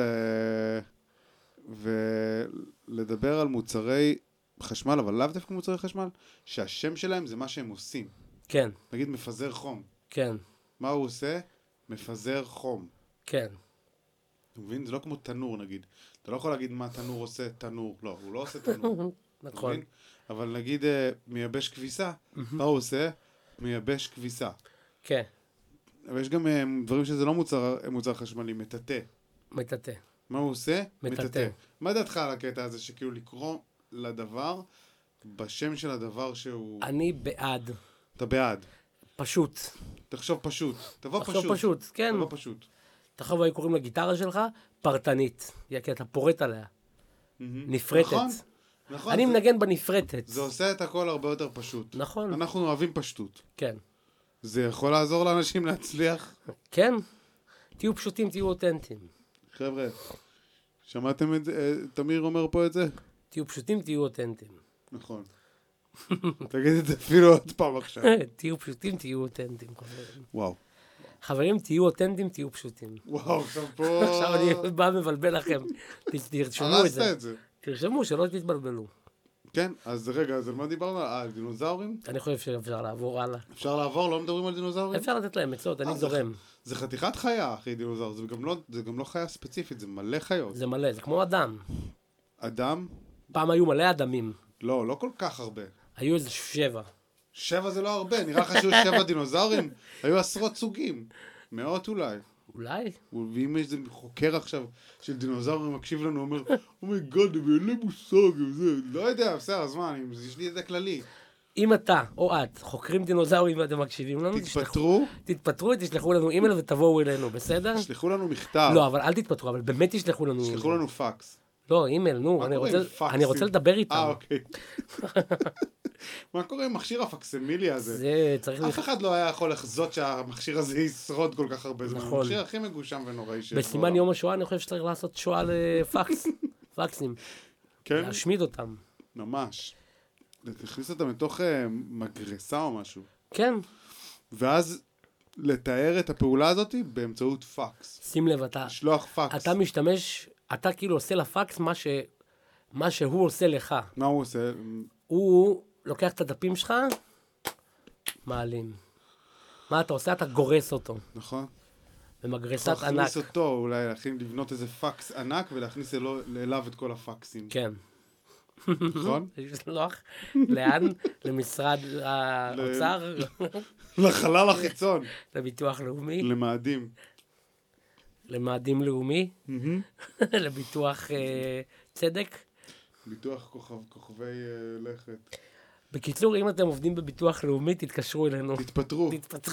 ולדבר על מוצרי חשמל, אבל לאו דווקא מוצרי חשמל, שהשם שלהם זה מה שהם עושים. כן. נגיד מפזר חום. כן. מה הוא עושה? מפזר חום. כן. אתה מבין? זה לא כמו תנור נגיד. אתה לא יכול להגיד מה תנור עושה תנור. לא, הוא לא עושה תנור. נכון. אבל נגיד מייבש כביסה, מה הוא עושה? מייבש כביסה. כן. אבל יש גם דברים שזה לא מוצר חשמלי, מטאטא. מטאטא. מה הוא עושה? מטאטא. מה דעתך על הקטע הזה שכאילו לקרוא לדבר בשם של הדבר שהוא... אני בעד. אתה בעד. פשוט. תחשוב פשוט. תבוא פשוט. תחשוב פשוט, כן. תבוא פשוט. תחשוב היו קוראים לגיטרה שלך פרטנית. כי אתה פורט עליה. נפרטת. נכון. אני מנגן בנפרטת. זה עושה את הכל הרבה יותר פשוט. נכון. אנחנו אוהבים פשטות. כן. זה יכול לעזור לאנשים להצליח? כן. תהיו פשוטים, תהיו אותנטיים. חבר'ה, שמעתם את תמיר אומר פה את זה? תהיו פשוטים, תהיו אותנטיים. נכון. תגיד את זה אפילו עוד פעם עכשיו. תהיו פשוטים, תהיו אותנטיים, חברים. וואו. חברים, תהיו אותנטיים, תהיו פשוטים. וואו, עכשיו פה... עכשיו אני בא מבלבל לכם. תרשמו את זה. הרסת את זה. תרשמו, שלא תתבלבלו. כן, אז רגע, אז על מה דיברנו? על דינוזאורים? אני חושב שאפשר לעבור הלאה. אפשר לעבור? לא מדברים על דינוזאורים? אפשר לתת להם עצות, אני זורם. זה חתיכת חיה, אחי, דינוזאור. זה גם לא חיה ספציפית, זה מלא חיות. זה מלא, זה כמו אדם. אדם? פעם היו מלא אדמים. לא כל כך הרבה. היו איזה 7. 7 זה לא הרבה, נראה לך שהיו 7 דינוזאורים? היו עשרות סוגים. מאות אולי. אולי? ואם איזה חוקר עכשיו של דינוזאורים מקשיב לנו, אומר, אומייגאד, אין לי מושג, לא יודע, בסדר, אז מה, יש לי את זה כללי. אם אתה או את חוקרים דינוזאורים ואתם מקשיבים לנו, תתפטרו, תשלחו לנו אימייל ותבואו אלינו, בסדר? תשלחו לנו מכתב. לא, אבל אל תתפטרו, אבל באמת תשלחו לנו אימייל. תשלחו לנו פקס. לא, אימייל, נו, אני רוצה לדבר איתם. אוקיי. מה קורה עם מכשיר הפקסמילי הזה? זה צריך... אף אחד לא היה יכול לחזות שהמכשיר הזה ישרוד כל כך הרבה זמן. נכון. המכשיר הכי מגושם ונוראי שיש. בסימן יום השואה אני חושב שצריך לעשות שואה לפקס. פקסים. כן? להשמיד אותם. ממש. תכניס אותם לתוך מגרסה או משהו. כן. ואז לתאר את הפעולה הזאת באמצעות פקס. שים לב, לשלוח פקס. אתה משתמש, אתה כאילו עושה לפקס מה שהוא עושה לך. מה הוא עושה? הוא לוקח את הדפים שלך, מעלים. מה אתה עושה? אתה גורס אותו. נכון. במגרסת ענק. להכניס אותו, אולי לבנות איזה פקס ענק ולהכניס אליו את כל הפקסים. כן. נכון? לשלוח לאן? למשרד האוצר? לחלל החיצון. לביטוח לאומי? למאדים. למאדים לאומי? לביטוח צדק? ביטוח כוכבי לכת. בקיצור, אם אתם עובדים בביטוח לאומי, תתקשרו אלינו. תתפטרו.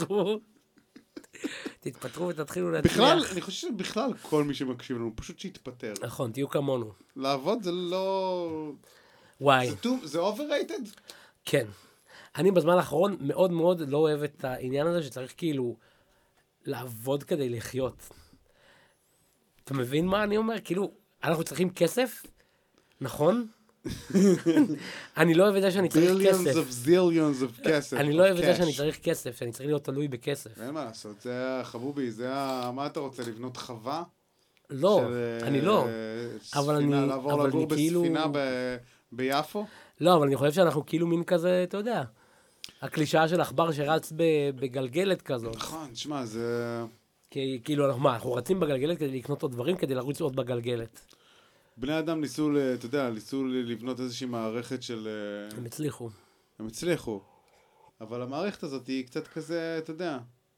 תתפטרו ותתחילו להצליח. בכלל, אני חושב שבכלל כל מי שמקשיב לנו, פשוט שיתפטר. נכון, תהיו כמונו. לעבוד זה לא... וואי. זה overrated? כן. אני בזמן האחרון מאוד מאוד לא אוהב את העניין הזה שצריך כאילו לעבוד כדי לחיות. אתה מבין מה אני אומר? כאילו, אנחנו צריכים כסף, נכון? אני לא אוהב את זה שאני צריך כסף. billions of zillions of כסף. אני לא אוהב את זה שאני צריך כסף, שאני צריך להיות תלוי בכסף. אין מה לעשות, זה חבובי, מה אתה רוצה, לבנות חווה? לא, אני לא. אבל אני... לעבור לגור בספינה ביפו? לא, אבל אני חושב שאנחנו כאילו מין כזה, אתה יודע, הקלישאה של עכבר שרץ בגלגלת כזאת. נכון, תשמע, זה... כאילו, אנחנו רצים בגלגלת כדי לקנות עוד דברים, כדי לרוץ עוד בגלגלת. בני אדם ניסו, אתה יודע, ניסו לבנות איזושהי מערכת של... הם הצליחו. הם הצליחו. אבל המערכת הזאת היא קצת כזה, אתה יודע,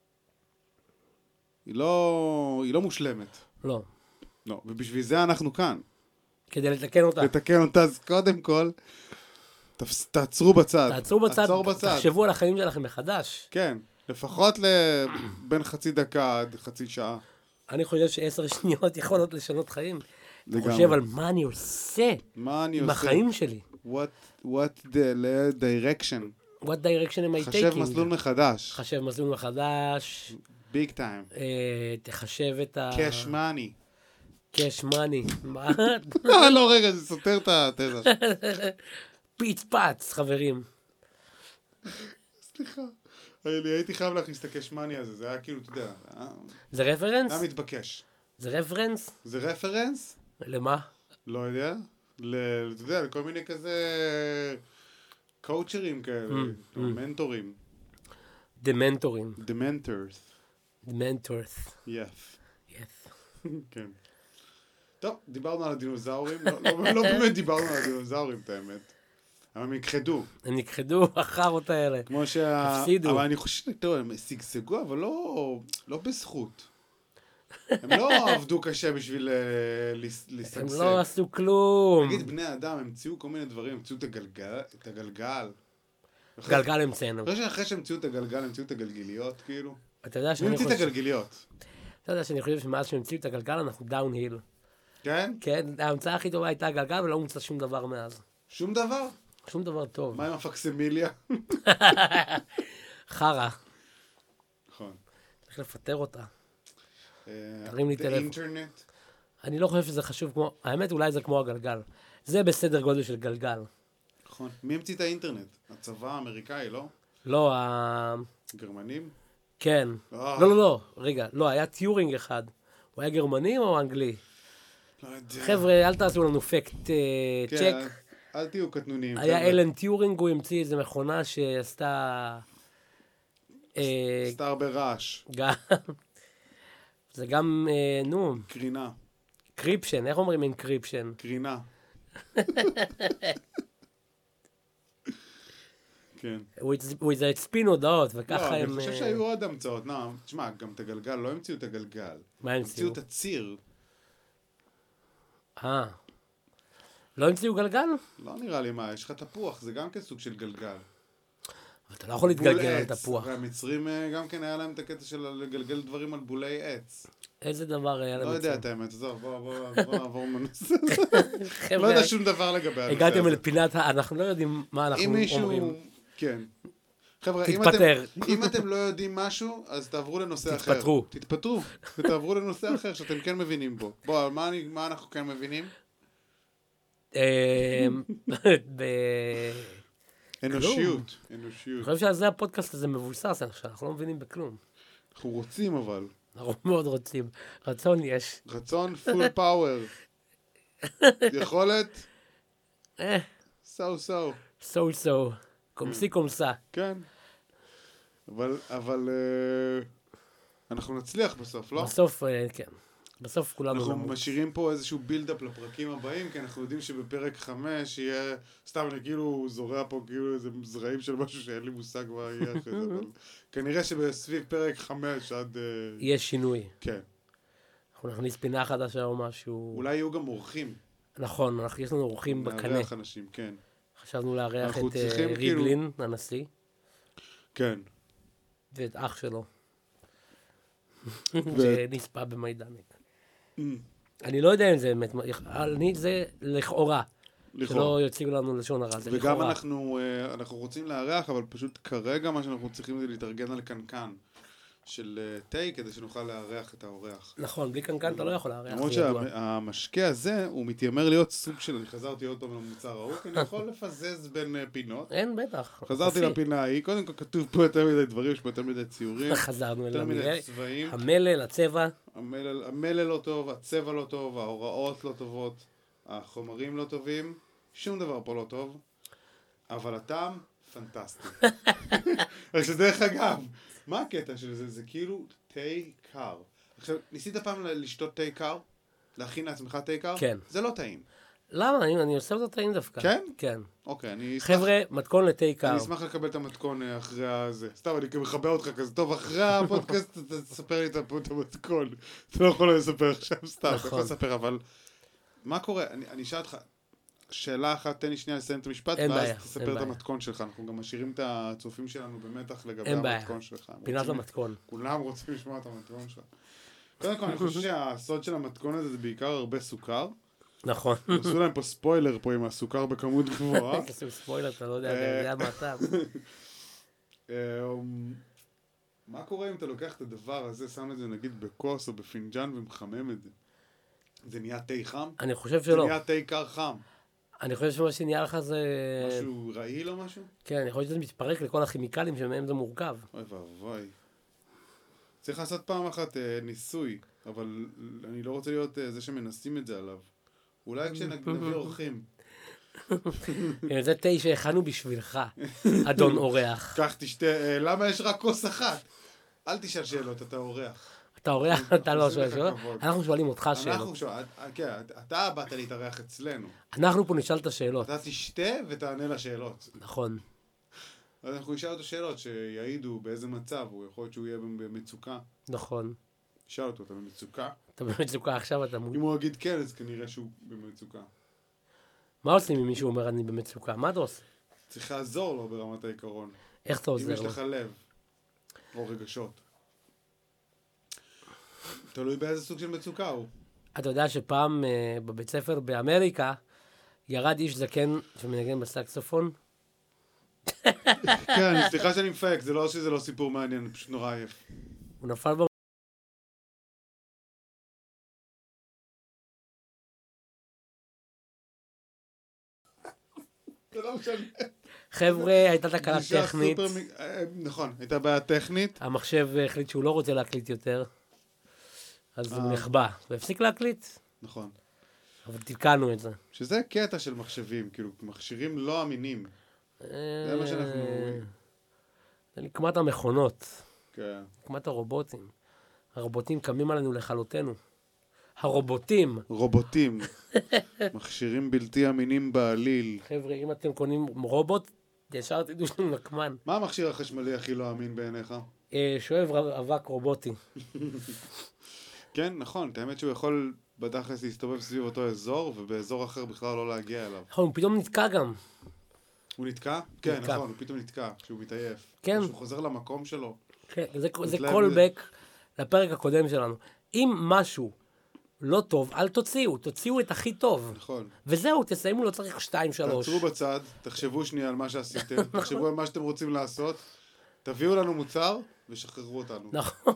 היא לא מושלמת. לא. לא, ובשביל זה אנחנו כאן. כדי לתקן אותה. לתקן אותה, אז קודם כל, תעצרו בצד. תעצרו בצד, תחשבו על החיים שלכם מחדש. כן, לפחות בין חצי דקה עד חצי שעה. אני חושב ש10 שניות יכולות לשנות חיים. לגמרי. אני חושב על מה אני עושה עם החיים שלי. What the direction? What direction am I taking? חשב מסלול מחדש. חשב מסלול מחדש. Big time. תחשב את ה... Cash money. cash money. מה? לא, רגע, זה סותר את התזה. פיץ פץ, חברים. סליחה. הייתי חייב להכניס את ה-cash money הזה, זה היה כאילו, אתה יודע. זה רפרנס? זה היה מתבקש. זה רפרנס? זה רפרנס? למה? לא יודע. אתה יודע, לכל מיני כזה קואוצ'רים כאלה, מנטורים. דמנטורים. דמנטורס. דמנטורס. יס. יס. כן. טוב, דיברנו על הדינוזאורים, לא באמת דיברנו על הדינוזאורים, את האמת. אבל הם נכחדו. הם נכחדו, החרות האלה. כמו הפסידו. אבל אני חושב טוב, הם שגשגו, אבל לא בזכות. הם לא עבדו קשה בשביל לשגשג. הם לא עשו כלום. נגיד, בני אדם המציאו כל מיני דברים, המציאו את הגלגל. גלגל המצאנו. אחרי שהמציאו את הגלגל, המציאו את הגלגיליות, כאילו. אתה יודע מי שאני המציא את חושב... הגלגיליות? אתה יודע שאני חושב שמאז שהמציאו את הגלגל אנחנו דאון-היל. כן? כן, ההמצאה הכי טובה הייתה הגלגל ולא מוצא שום דבר מאז. שום דבר? שום דבר טוב. מה עם הפקסימיליה? חרה. נכון. צריך לפטר אותה. תרים לי טלפון. האינטרנט? אני לא חושב שזה חשוב כמו... האמת אולי זה כמו הגלגל. זה בסדר גודל של גלגל. נכון. מי המציא את האינטרנט? הצבא האמריקאי, לא? לא, גרמנים? כן. לא. רגע, לא, היה טיורינג אחד. הוא היה גרמני או אנגלי? לא יודע. חבר'ה, אל תעשו לנו פקט צ'ק. כן, אל תהיו קטנונים. היה אלן טיורינג, הוא המציא איזו מכונה שעשתה... סתר ברעש. זה גם, נו... קרינה. קריפשן, איך אומרים אנקריפשן? קרינה. כן. הוא הצפין הודעות, וככה הם... לא, אני חושב שהיו עוד המצאות. תשמע, גם את הגלגל, לא המציאו את הגלגל. מה המציאו? המציאו את הציר. לא המציאו גלגל? לא נראה לי מה, יש לך תפוח, זה גם כסוג של גלגל. אבל אתה לא יכול להתגלגל על תפוח. והמצרים גם כן היה להם את הקטע של לגלגל דברים על בולי עץ. איזה דבר היה למצרים? לא יודע את האמת, עזוב, בוא נעבור מנושא. לא יודע שום דבר לגבי הנושא הזה. הגעתם לפינת, אנחנו לא יודעים מה אנחנו אומרים. כן. חבר'ה, אם אתם לא יודעים משהו, אז תעברו לנושא אחר. תתפטרו. ותעברו לנושא אחר שאתם כן מבינים בו. בוא, מה אנחנו כן מבינים? אנושיות. אני חושב שעל זה הפודקאסט הזה מבוסס, אנחנו לא מבינים בכלום. אנחנו רוצים אבל. אנחנו מאוד רוצים. רצון יש. רצון פול פאוור. יכולת? סו. קומסי קומסה. כן. אבל אנחנו נצליח בסוף, לא? בסוף, כן. בסוף כולנו אנחנו נמות. משאירים פה איזשהו בילדאפ לפרקים הבאים, כי אנחנו יודעים שבפרק 5 יהיה, סתם אני כאילו זורע פה כאילו איזה זרעים של משהו שאין לי מושג מה יהיה אחרי זה, אבל כנראה שבסביב פרק 5 עד... יש שינוי. כן. אנחנו נכניס פינה חדשה או משהו. אולי יהיו גם אורחים. נכון, יש לנו אורחים בקנה. לארח אנשים, כן. חשבנו לארח אנחנו את צריכים ריבלין, הנשיא, כן. ואת אח שלו, שנספה במיידנק. אני לא יודע אם זה באמת, זה לכאורה. שלא יוציאו לנו לשון הרע, זה לכאורה. וגם אנחנו רוצים לארח, אבל פשוט כרגע מה שאנחנו צריכים זה להתארגן על קנקן של תה, כדי שנוכל לארח את האורח. נכון, בלי קנקן אתה לא יכול לארח. למרות שהמשקה הזה, הוא מתיימר להיות סוג של, אני חזרתי עוד פעם למוצר ההוא, כי אני יכול לפזז בין פינות. אין, בטח. חזרתי לפינה ההיא, קודם כל כתוב פה יותר מדי דברים, יש פה יותר מדי ציורים. חזרנו יותר מדי צבעים. המלל, הצבע. המלל לא טוב, הצבע לא טוב, ההוראות לא טובות, החומרים לא טובים, שום דבר פה לא טוב, אבל הטעם פנטסטי. עכשיו דרך אגב, מה הקטע של זה? זה כאילו תה קר. עכשיו, ניסית פעם לשתות תה קר? להכין לעצמך תה קר? כן. זה לא טעים. למה? אני עושה אותו טעים דווקא. כן? כן. אוקיי, אני אשמח... חבר'ה, מתכון לתה קר. אני אשמח לקבל את המתכון אחרי הזה. סתם, אני מחבא אותך כזה. טוב, אחרי הפודקאסט אתה תספר לי את המתכון. אתה לא יכול לספר עכשיו סתם. אתה יכול לספר, אבל... מה קורה? אני אשאל אותך... שאלה אחת, תן לי שנייה לסיים את המשפט, ואז תספר את המתכון שלך. אנחנו גם משאירים את הצופים שלנו במתח לגבי המתכון שלך. פינת המתכון. כולם רוצים לשמוע את המתכון שלך. קודם כל, אני חושב שהסוד של המתכון הזה זה בעיקר הרבה סוכר. נכון. עשו להם פה ספוילר פה עם הסוכר בכמות גבוהה. עשו ספוילר, אתה לא יודע מה הטעם. מה קורה אם אתה לוקח את הדבר הזה, שם את זה נגיד בכוס או בפינג'אן ומחמם את זה? זה נהיה תה חם? אני חושב שלא. זה נהיה תה קר חם. אני חושב שמה שנהיה לך זה... משהו רעיל או משהו? כן, אני חושב שזה מתפרק לכל הכימיקלים שמהם זה מורכב. אוי ואבוי. צריך לעשות פעם אחת ניסוי, אבל אני לא רוצה להיות זה שמנסים את זה עליו. אולי כשנביא אורחים. זה תה שהכנו בשבילך, אדון אורח. כך תשתה, למה יש רק כוס אחת? אל תשאל שאלות, אתה אורח. אתה אורח, אתה לא שואל שאלות. אנחנו שואלים אותך שאלות. כן, אתה באת להתארח אצלנו. אנחנו פה נשאל את השאלות. אתה תשתה ותענה לשאלות. נכון. אז אנחנו נשאל אותו שאלות שיעידו באיזה מצב, הוא יכול להיות שהוא יהיה במצוקה. נכון. נשאל אותו, אתה במצוקה? אתה במצוקה עכשיו, אתה... אם הוא יגיד כן, אז כנראה שהוא במצוקה. מה עושים אם מישהו אומר אני במצוקה? מה אתה עושה? צריך לעזור לו ברמת העיקרון. איך אתה עוזר לו? אם יש לך לב, או רגשות. תלוי באיזה סוג של מצוקה הוא. אתה יודע שפעם בבית ספר באמריקה ירד איש זקן שמנגן בסקסופון? כן, סליחה שאני מפייק, זה לא שזה לא סיפור מעניין, אני פשוט נורא עייף. הוא נפל זה לא משנה. חבר'ה, הייתה תקלה טכנית. נכון, הייתה בעיה טכנית. המחשב החליט שהוא לא רוצה להקליט יותר. אז הוא נחבא, והפסיק להקליט. נכון. אבל תיקנו את זה. שזה קטע של מחשבים, כאילו, מכשירים לא אמינים. זה מה שאנחנו... זה נקמת המכונות. כן. נקמת הרובוטים. הרובוטים קמים עלינו לכלותנו. הרובוטים. רובוטים. מכשירים בלתי אמינים בעליל. חבר'ה, אם אתם קונים רובוט, ישר תדעו לנו נקמן. מה המכשיר החשמלי הכי לא אמין בעיניך? שואב אבק רובוטי. כן, נכון. את האמת שהוא יכול בדחס להסתובב סביב אותו אזור, ובאזור אחר בכלל לא להגיע אליו. נכון, הוא פתאום נתקע גם. הוא נתקע? כן, נכון, הוא פתאום נתקע, כשהוא מתעייף. כן. כשהוא חוזר למקום שלו. כן, זה קולבק לפרק הקודם שלנו. אם משהו לא טוב, אל תוציאו. תוציאו את הכי טוב. נכון. וזהו, תסיימו, לא צריך 2-3. תעצרו בצד, תחשבו שנייה על מה שעשיתם, תחשבו על מה שאתם רוצים לעשות, תביאו לנו מוצר ושחררו אותנו. נכון.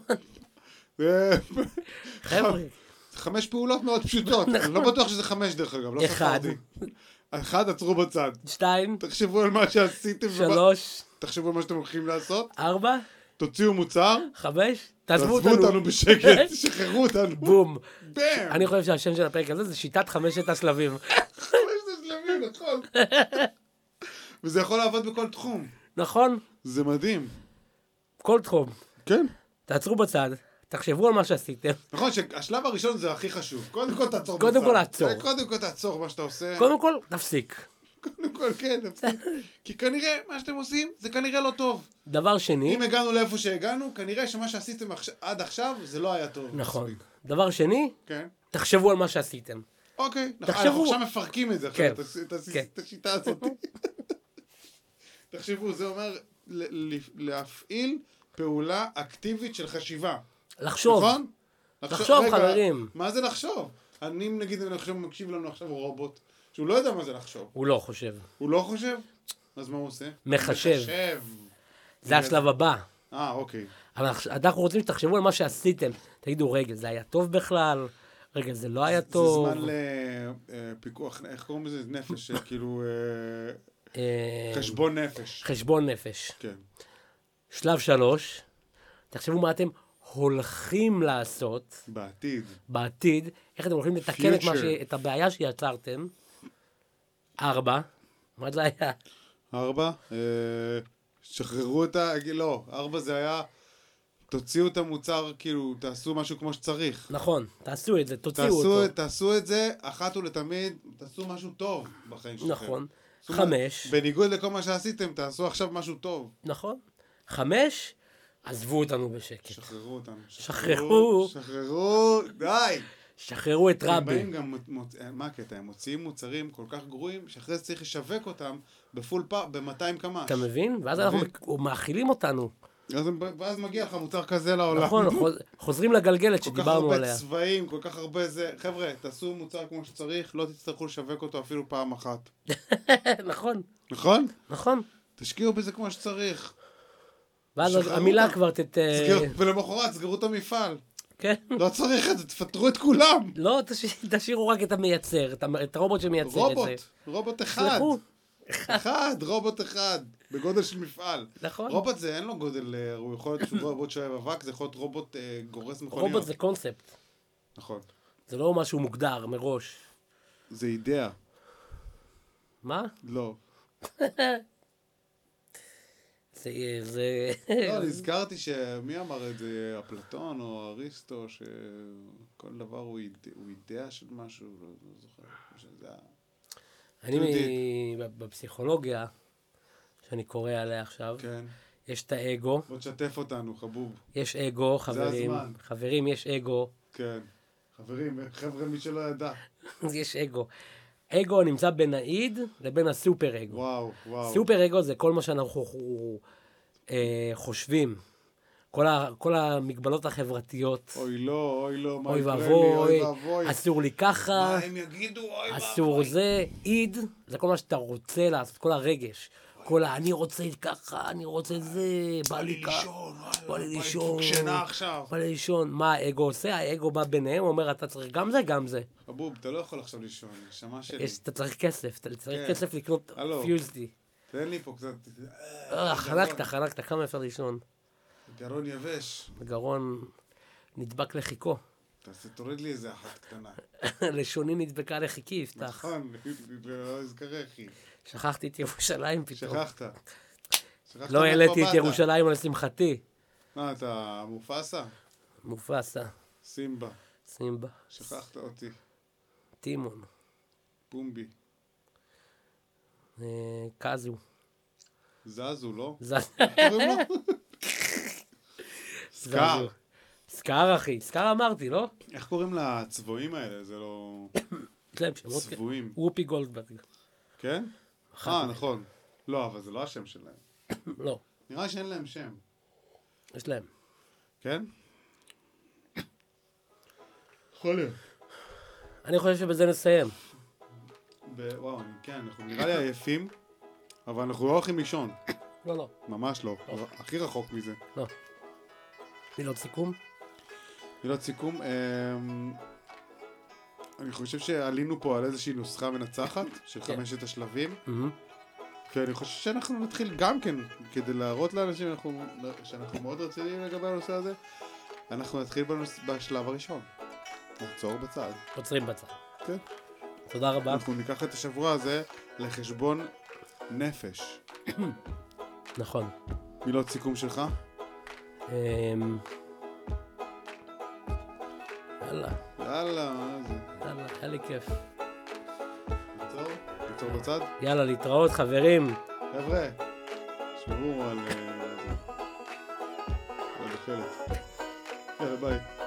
חבר'ה. 5 פעולות מאוד פשוטות. אני לא בטוח שזה 5 דרך אגב, לא ספרתי. 1, עצרו בצד. 2. תחשבו על מה שעשיתם. 3. תחשבו על מה שאתם הולכים לעשות. 4. תוציאו מוצר. 5. תעזבו אותנו בשקט, תשחררו אותנו. בום. בם. אני חושב שהשם של הפרק הזה זה שיטת 5 השלבים. 5 השלבים, נכון. וזה יכול לעבוד בכל תחום. נכון? זה מדהים. כל תחום. כן. תעצרו בצד, תחשבו על מה שעשיתם. נכון שהשלב הראשון זה הכי חשוב. קודם כל תעצור. קודם כל לעצור. קודם כל תעצור מה שאתה עושה. קודם כל, תפסיק. קודם כל, כן, תפסיק. כי כנראה מה שאתם עושים זה כנראה לא טוב. דבר שני... אם הגענו לאיפה שהגענו, כנראה שמה שעשיתם עד עכשיו זה לא היה טוב. נכון. דבר שני, כן. תחשבו על מה שעשיתם. אוקיי, אנחנו עכשיו מפרקים את זה, כן. את השיטה הזאת. תחשבו, זה אומר להפעיל פעולה אקטיבית של חשיבה. לחשוב. נכון? לחשוב, חברים. מה זה לחשוב? אני, נגיד, אני עכשיו מקשיב לנו עכשיו רובוט, שהוא לא יודע מה זה לחשוב. הוא לא חושב. הוא לא חושב? אז מה הוא עושה? מחשב. זה השלב הבא. אוקיי. אבל אנחנו רוצים שתחשבו על מה שעשיתם. תגידו, רגע, זה היה טוב בכלל? רגע, זה לא היה טוב? זה זמן לפיקוח, איך קוראים לזה? נפש, כאילו... חשבון נפש. חשבון נפש. כן. שלב 3, תחשבו מה אתם הולכים לעשות. בעתיד. איך אתם הולכים לתקן את הבעיה שיצרתם. 4, מה זה היה? 4, שחררו את ה... לא, 4 זה היה... תוציאו את המוצר, כאילו, תעשו משהו כמו שצריך. נכון, תעשו את זה, תוציאו אותו. תעשו את זה, אחת ולתמיד, תעשו משהו טוב בחיים שלכם. נכון. 5. בניגוד לכל מה שעשיתם, תעשו עכשיו משהו טוב. נכון. 5, עזבו אותנו בשקט. שחררו אותנו. שחררו, די! שחררו את רבי. הם באים גם, מה הקטע? הם מוציאים מוצרים כל כך גרועים, שאחרי זה צריך לשווק אותם בפול פעם, ב-200 קמ"ש. אתה מבין? ואז אנחנו מאכילים אותנו. ואז מגיע לך מוצר כזה לעולם. נכון, חוזרים לגלגלת שדיברנו עליה. כל כך הרבה צבעים, כל כך הרבה זה. חבר'ה, תעשו מוצר כמו שצריך, לא תצטרכו לשווק אותו אפילו פעם אחת. נכון. נכון? נכון. תשקיעו בזה כמו שצריך. ואז המילה כבר ולמחרת, סגרו את המפעל. כן. לא צריך את זה, תפטרו את כולם. לא, תשאירו רק את המייצר, את הרובוט שמייצר את זה. רובוט אחד. רובוט אחד, בגודל של מפעל. נכון. רובוט זה אין לו גודל, הוא יכול להיות רובוט שואב אבק, זה יכול להיות רובוט גורס מכוניות. רובוט זה קונספט. נכון. זה לא משהו מוגדר מראש. זה אידאה. מה? לא. זה... לא, נזכרתי שמי אמר את זה, אפלטון או אריסטו, שכל דבר הוא אידאה של משהו, לא זוכר. אני בפסיכולוגיה, שאני קורא עליה עכשיו, יש את האגו. בוא תשתף אותנו, חבוב. יש אגו, חברים. זה הזמן. חברים, יש אגו. כן. חברים, חבר'ה, מי שלא ידע. יש אגו. אגו נמצא בין האיד לבין הסופר אגו. וואו. סופר אגו זה כל מה שאנחנו חושבים. כל המגבלות החברתיות. אוי לא, מה אוי יקרה לי, ואבוי, אסור לי ככה. מה הם יגידו, אוי ואבוי. אסור זה. איד זה כל מה שאתה רוצה לעשות, כל הרגש. כל אני רוצה ככה, אני רוצה זה, בא לי לישון. שינה עכשיו. בא לי לישון. מה האגו עושה? האגו בא ביניהם, אומר אתה צריך גם זה, גם זה. חבוב, אתה לא יכול עכשיו לישון, נשמה שלי. אתה צריך כסף, אתה צריך כסף לקנות פיוזדי. תן לי פה קצת... חנקת, כמה אפשר לישון? גרון יבש. גרון נדבק לחיקו. תוריד לי איזה אחת קטנה. לשוני נדבקה לחיקי, יפתח. נכון, לא אזכרכי. שכחתי את ירושלים פתאום. שכחת. לא העליתי את ירושלים על שמחתי. מה, אתה מופסה? מופסה. סימבה. סימבה. שכחת אותי. טימון. פומבי. קזו. זזו, לא? סקאר. סקאר, אחי. סקאר אמרתי, לא? איך קוראים לצבועים האלה? זה לא... יש להם שמות. צבועים. וופי גולדברג. כן? נכון. לא, אבל זה לא השם שלהם. לא. נראה שאין להם שם. יש להם. כן? יכול להיות. אני חושב שבזה נסיים. וואו, כן, אנחנו נראה לי עייפים, אבל אנחנו לא הולכים לישון. לא. ממש לא. הכי רחוק מזה. לא. מילות סיכום? מילות סיכום, אני חושב שעלינו פה על איזושהי נוסחה מנצחת של 5 השלבים. ואני חושב שאנחנו נתחיל גם כן, כדי להראות לאנשים שאנחנו מאוד רציניים לגבי הנושא הזה, אנחנו נתחיל בשלב הראשון. נעצור בצד. עוצרים בצד. כן. תודה רבה. אנחנו ניקח את השבוע הזה לחשבון נפש. נכון. מילות סיכום שלך? יאללה. יאללה, מה זה? יאללה, היה לי כיף. תצור בצד? יאללה, להתראות חברים. חבר'ה, שמרו על... על השלט. יאללה, ביי.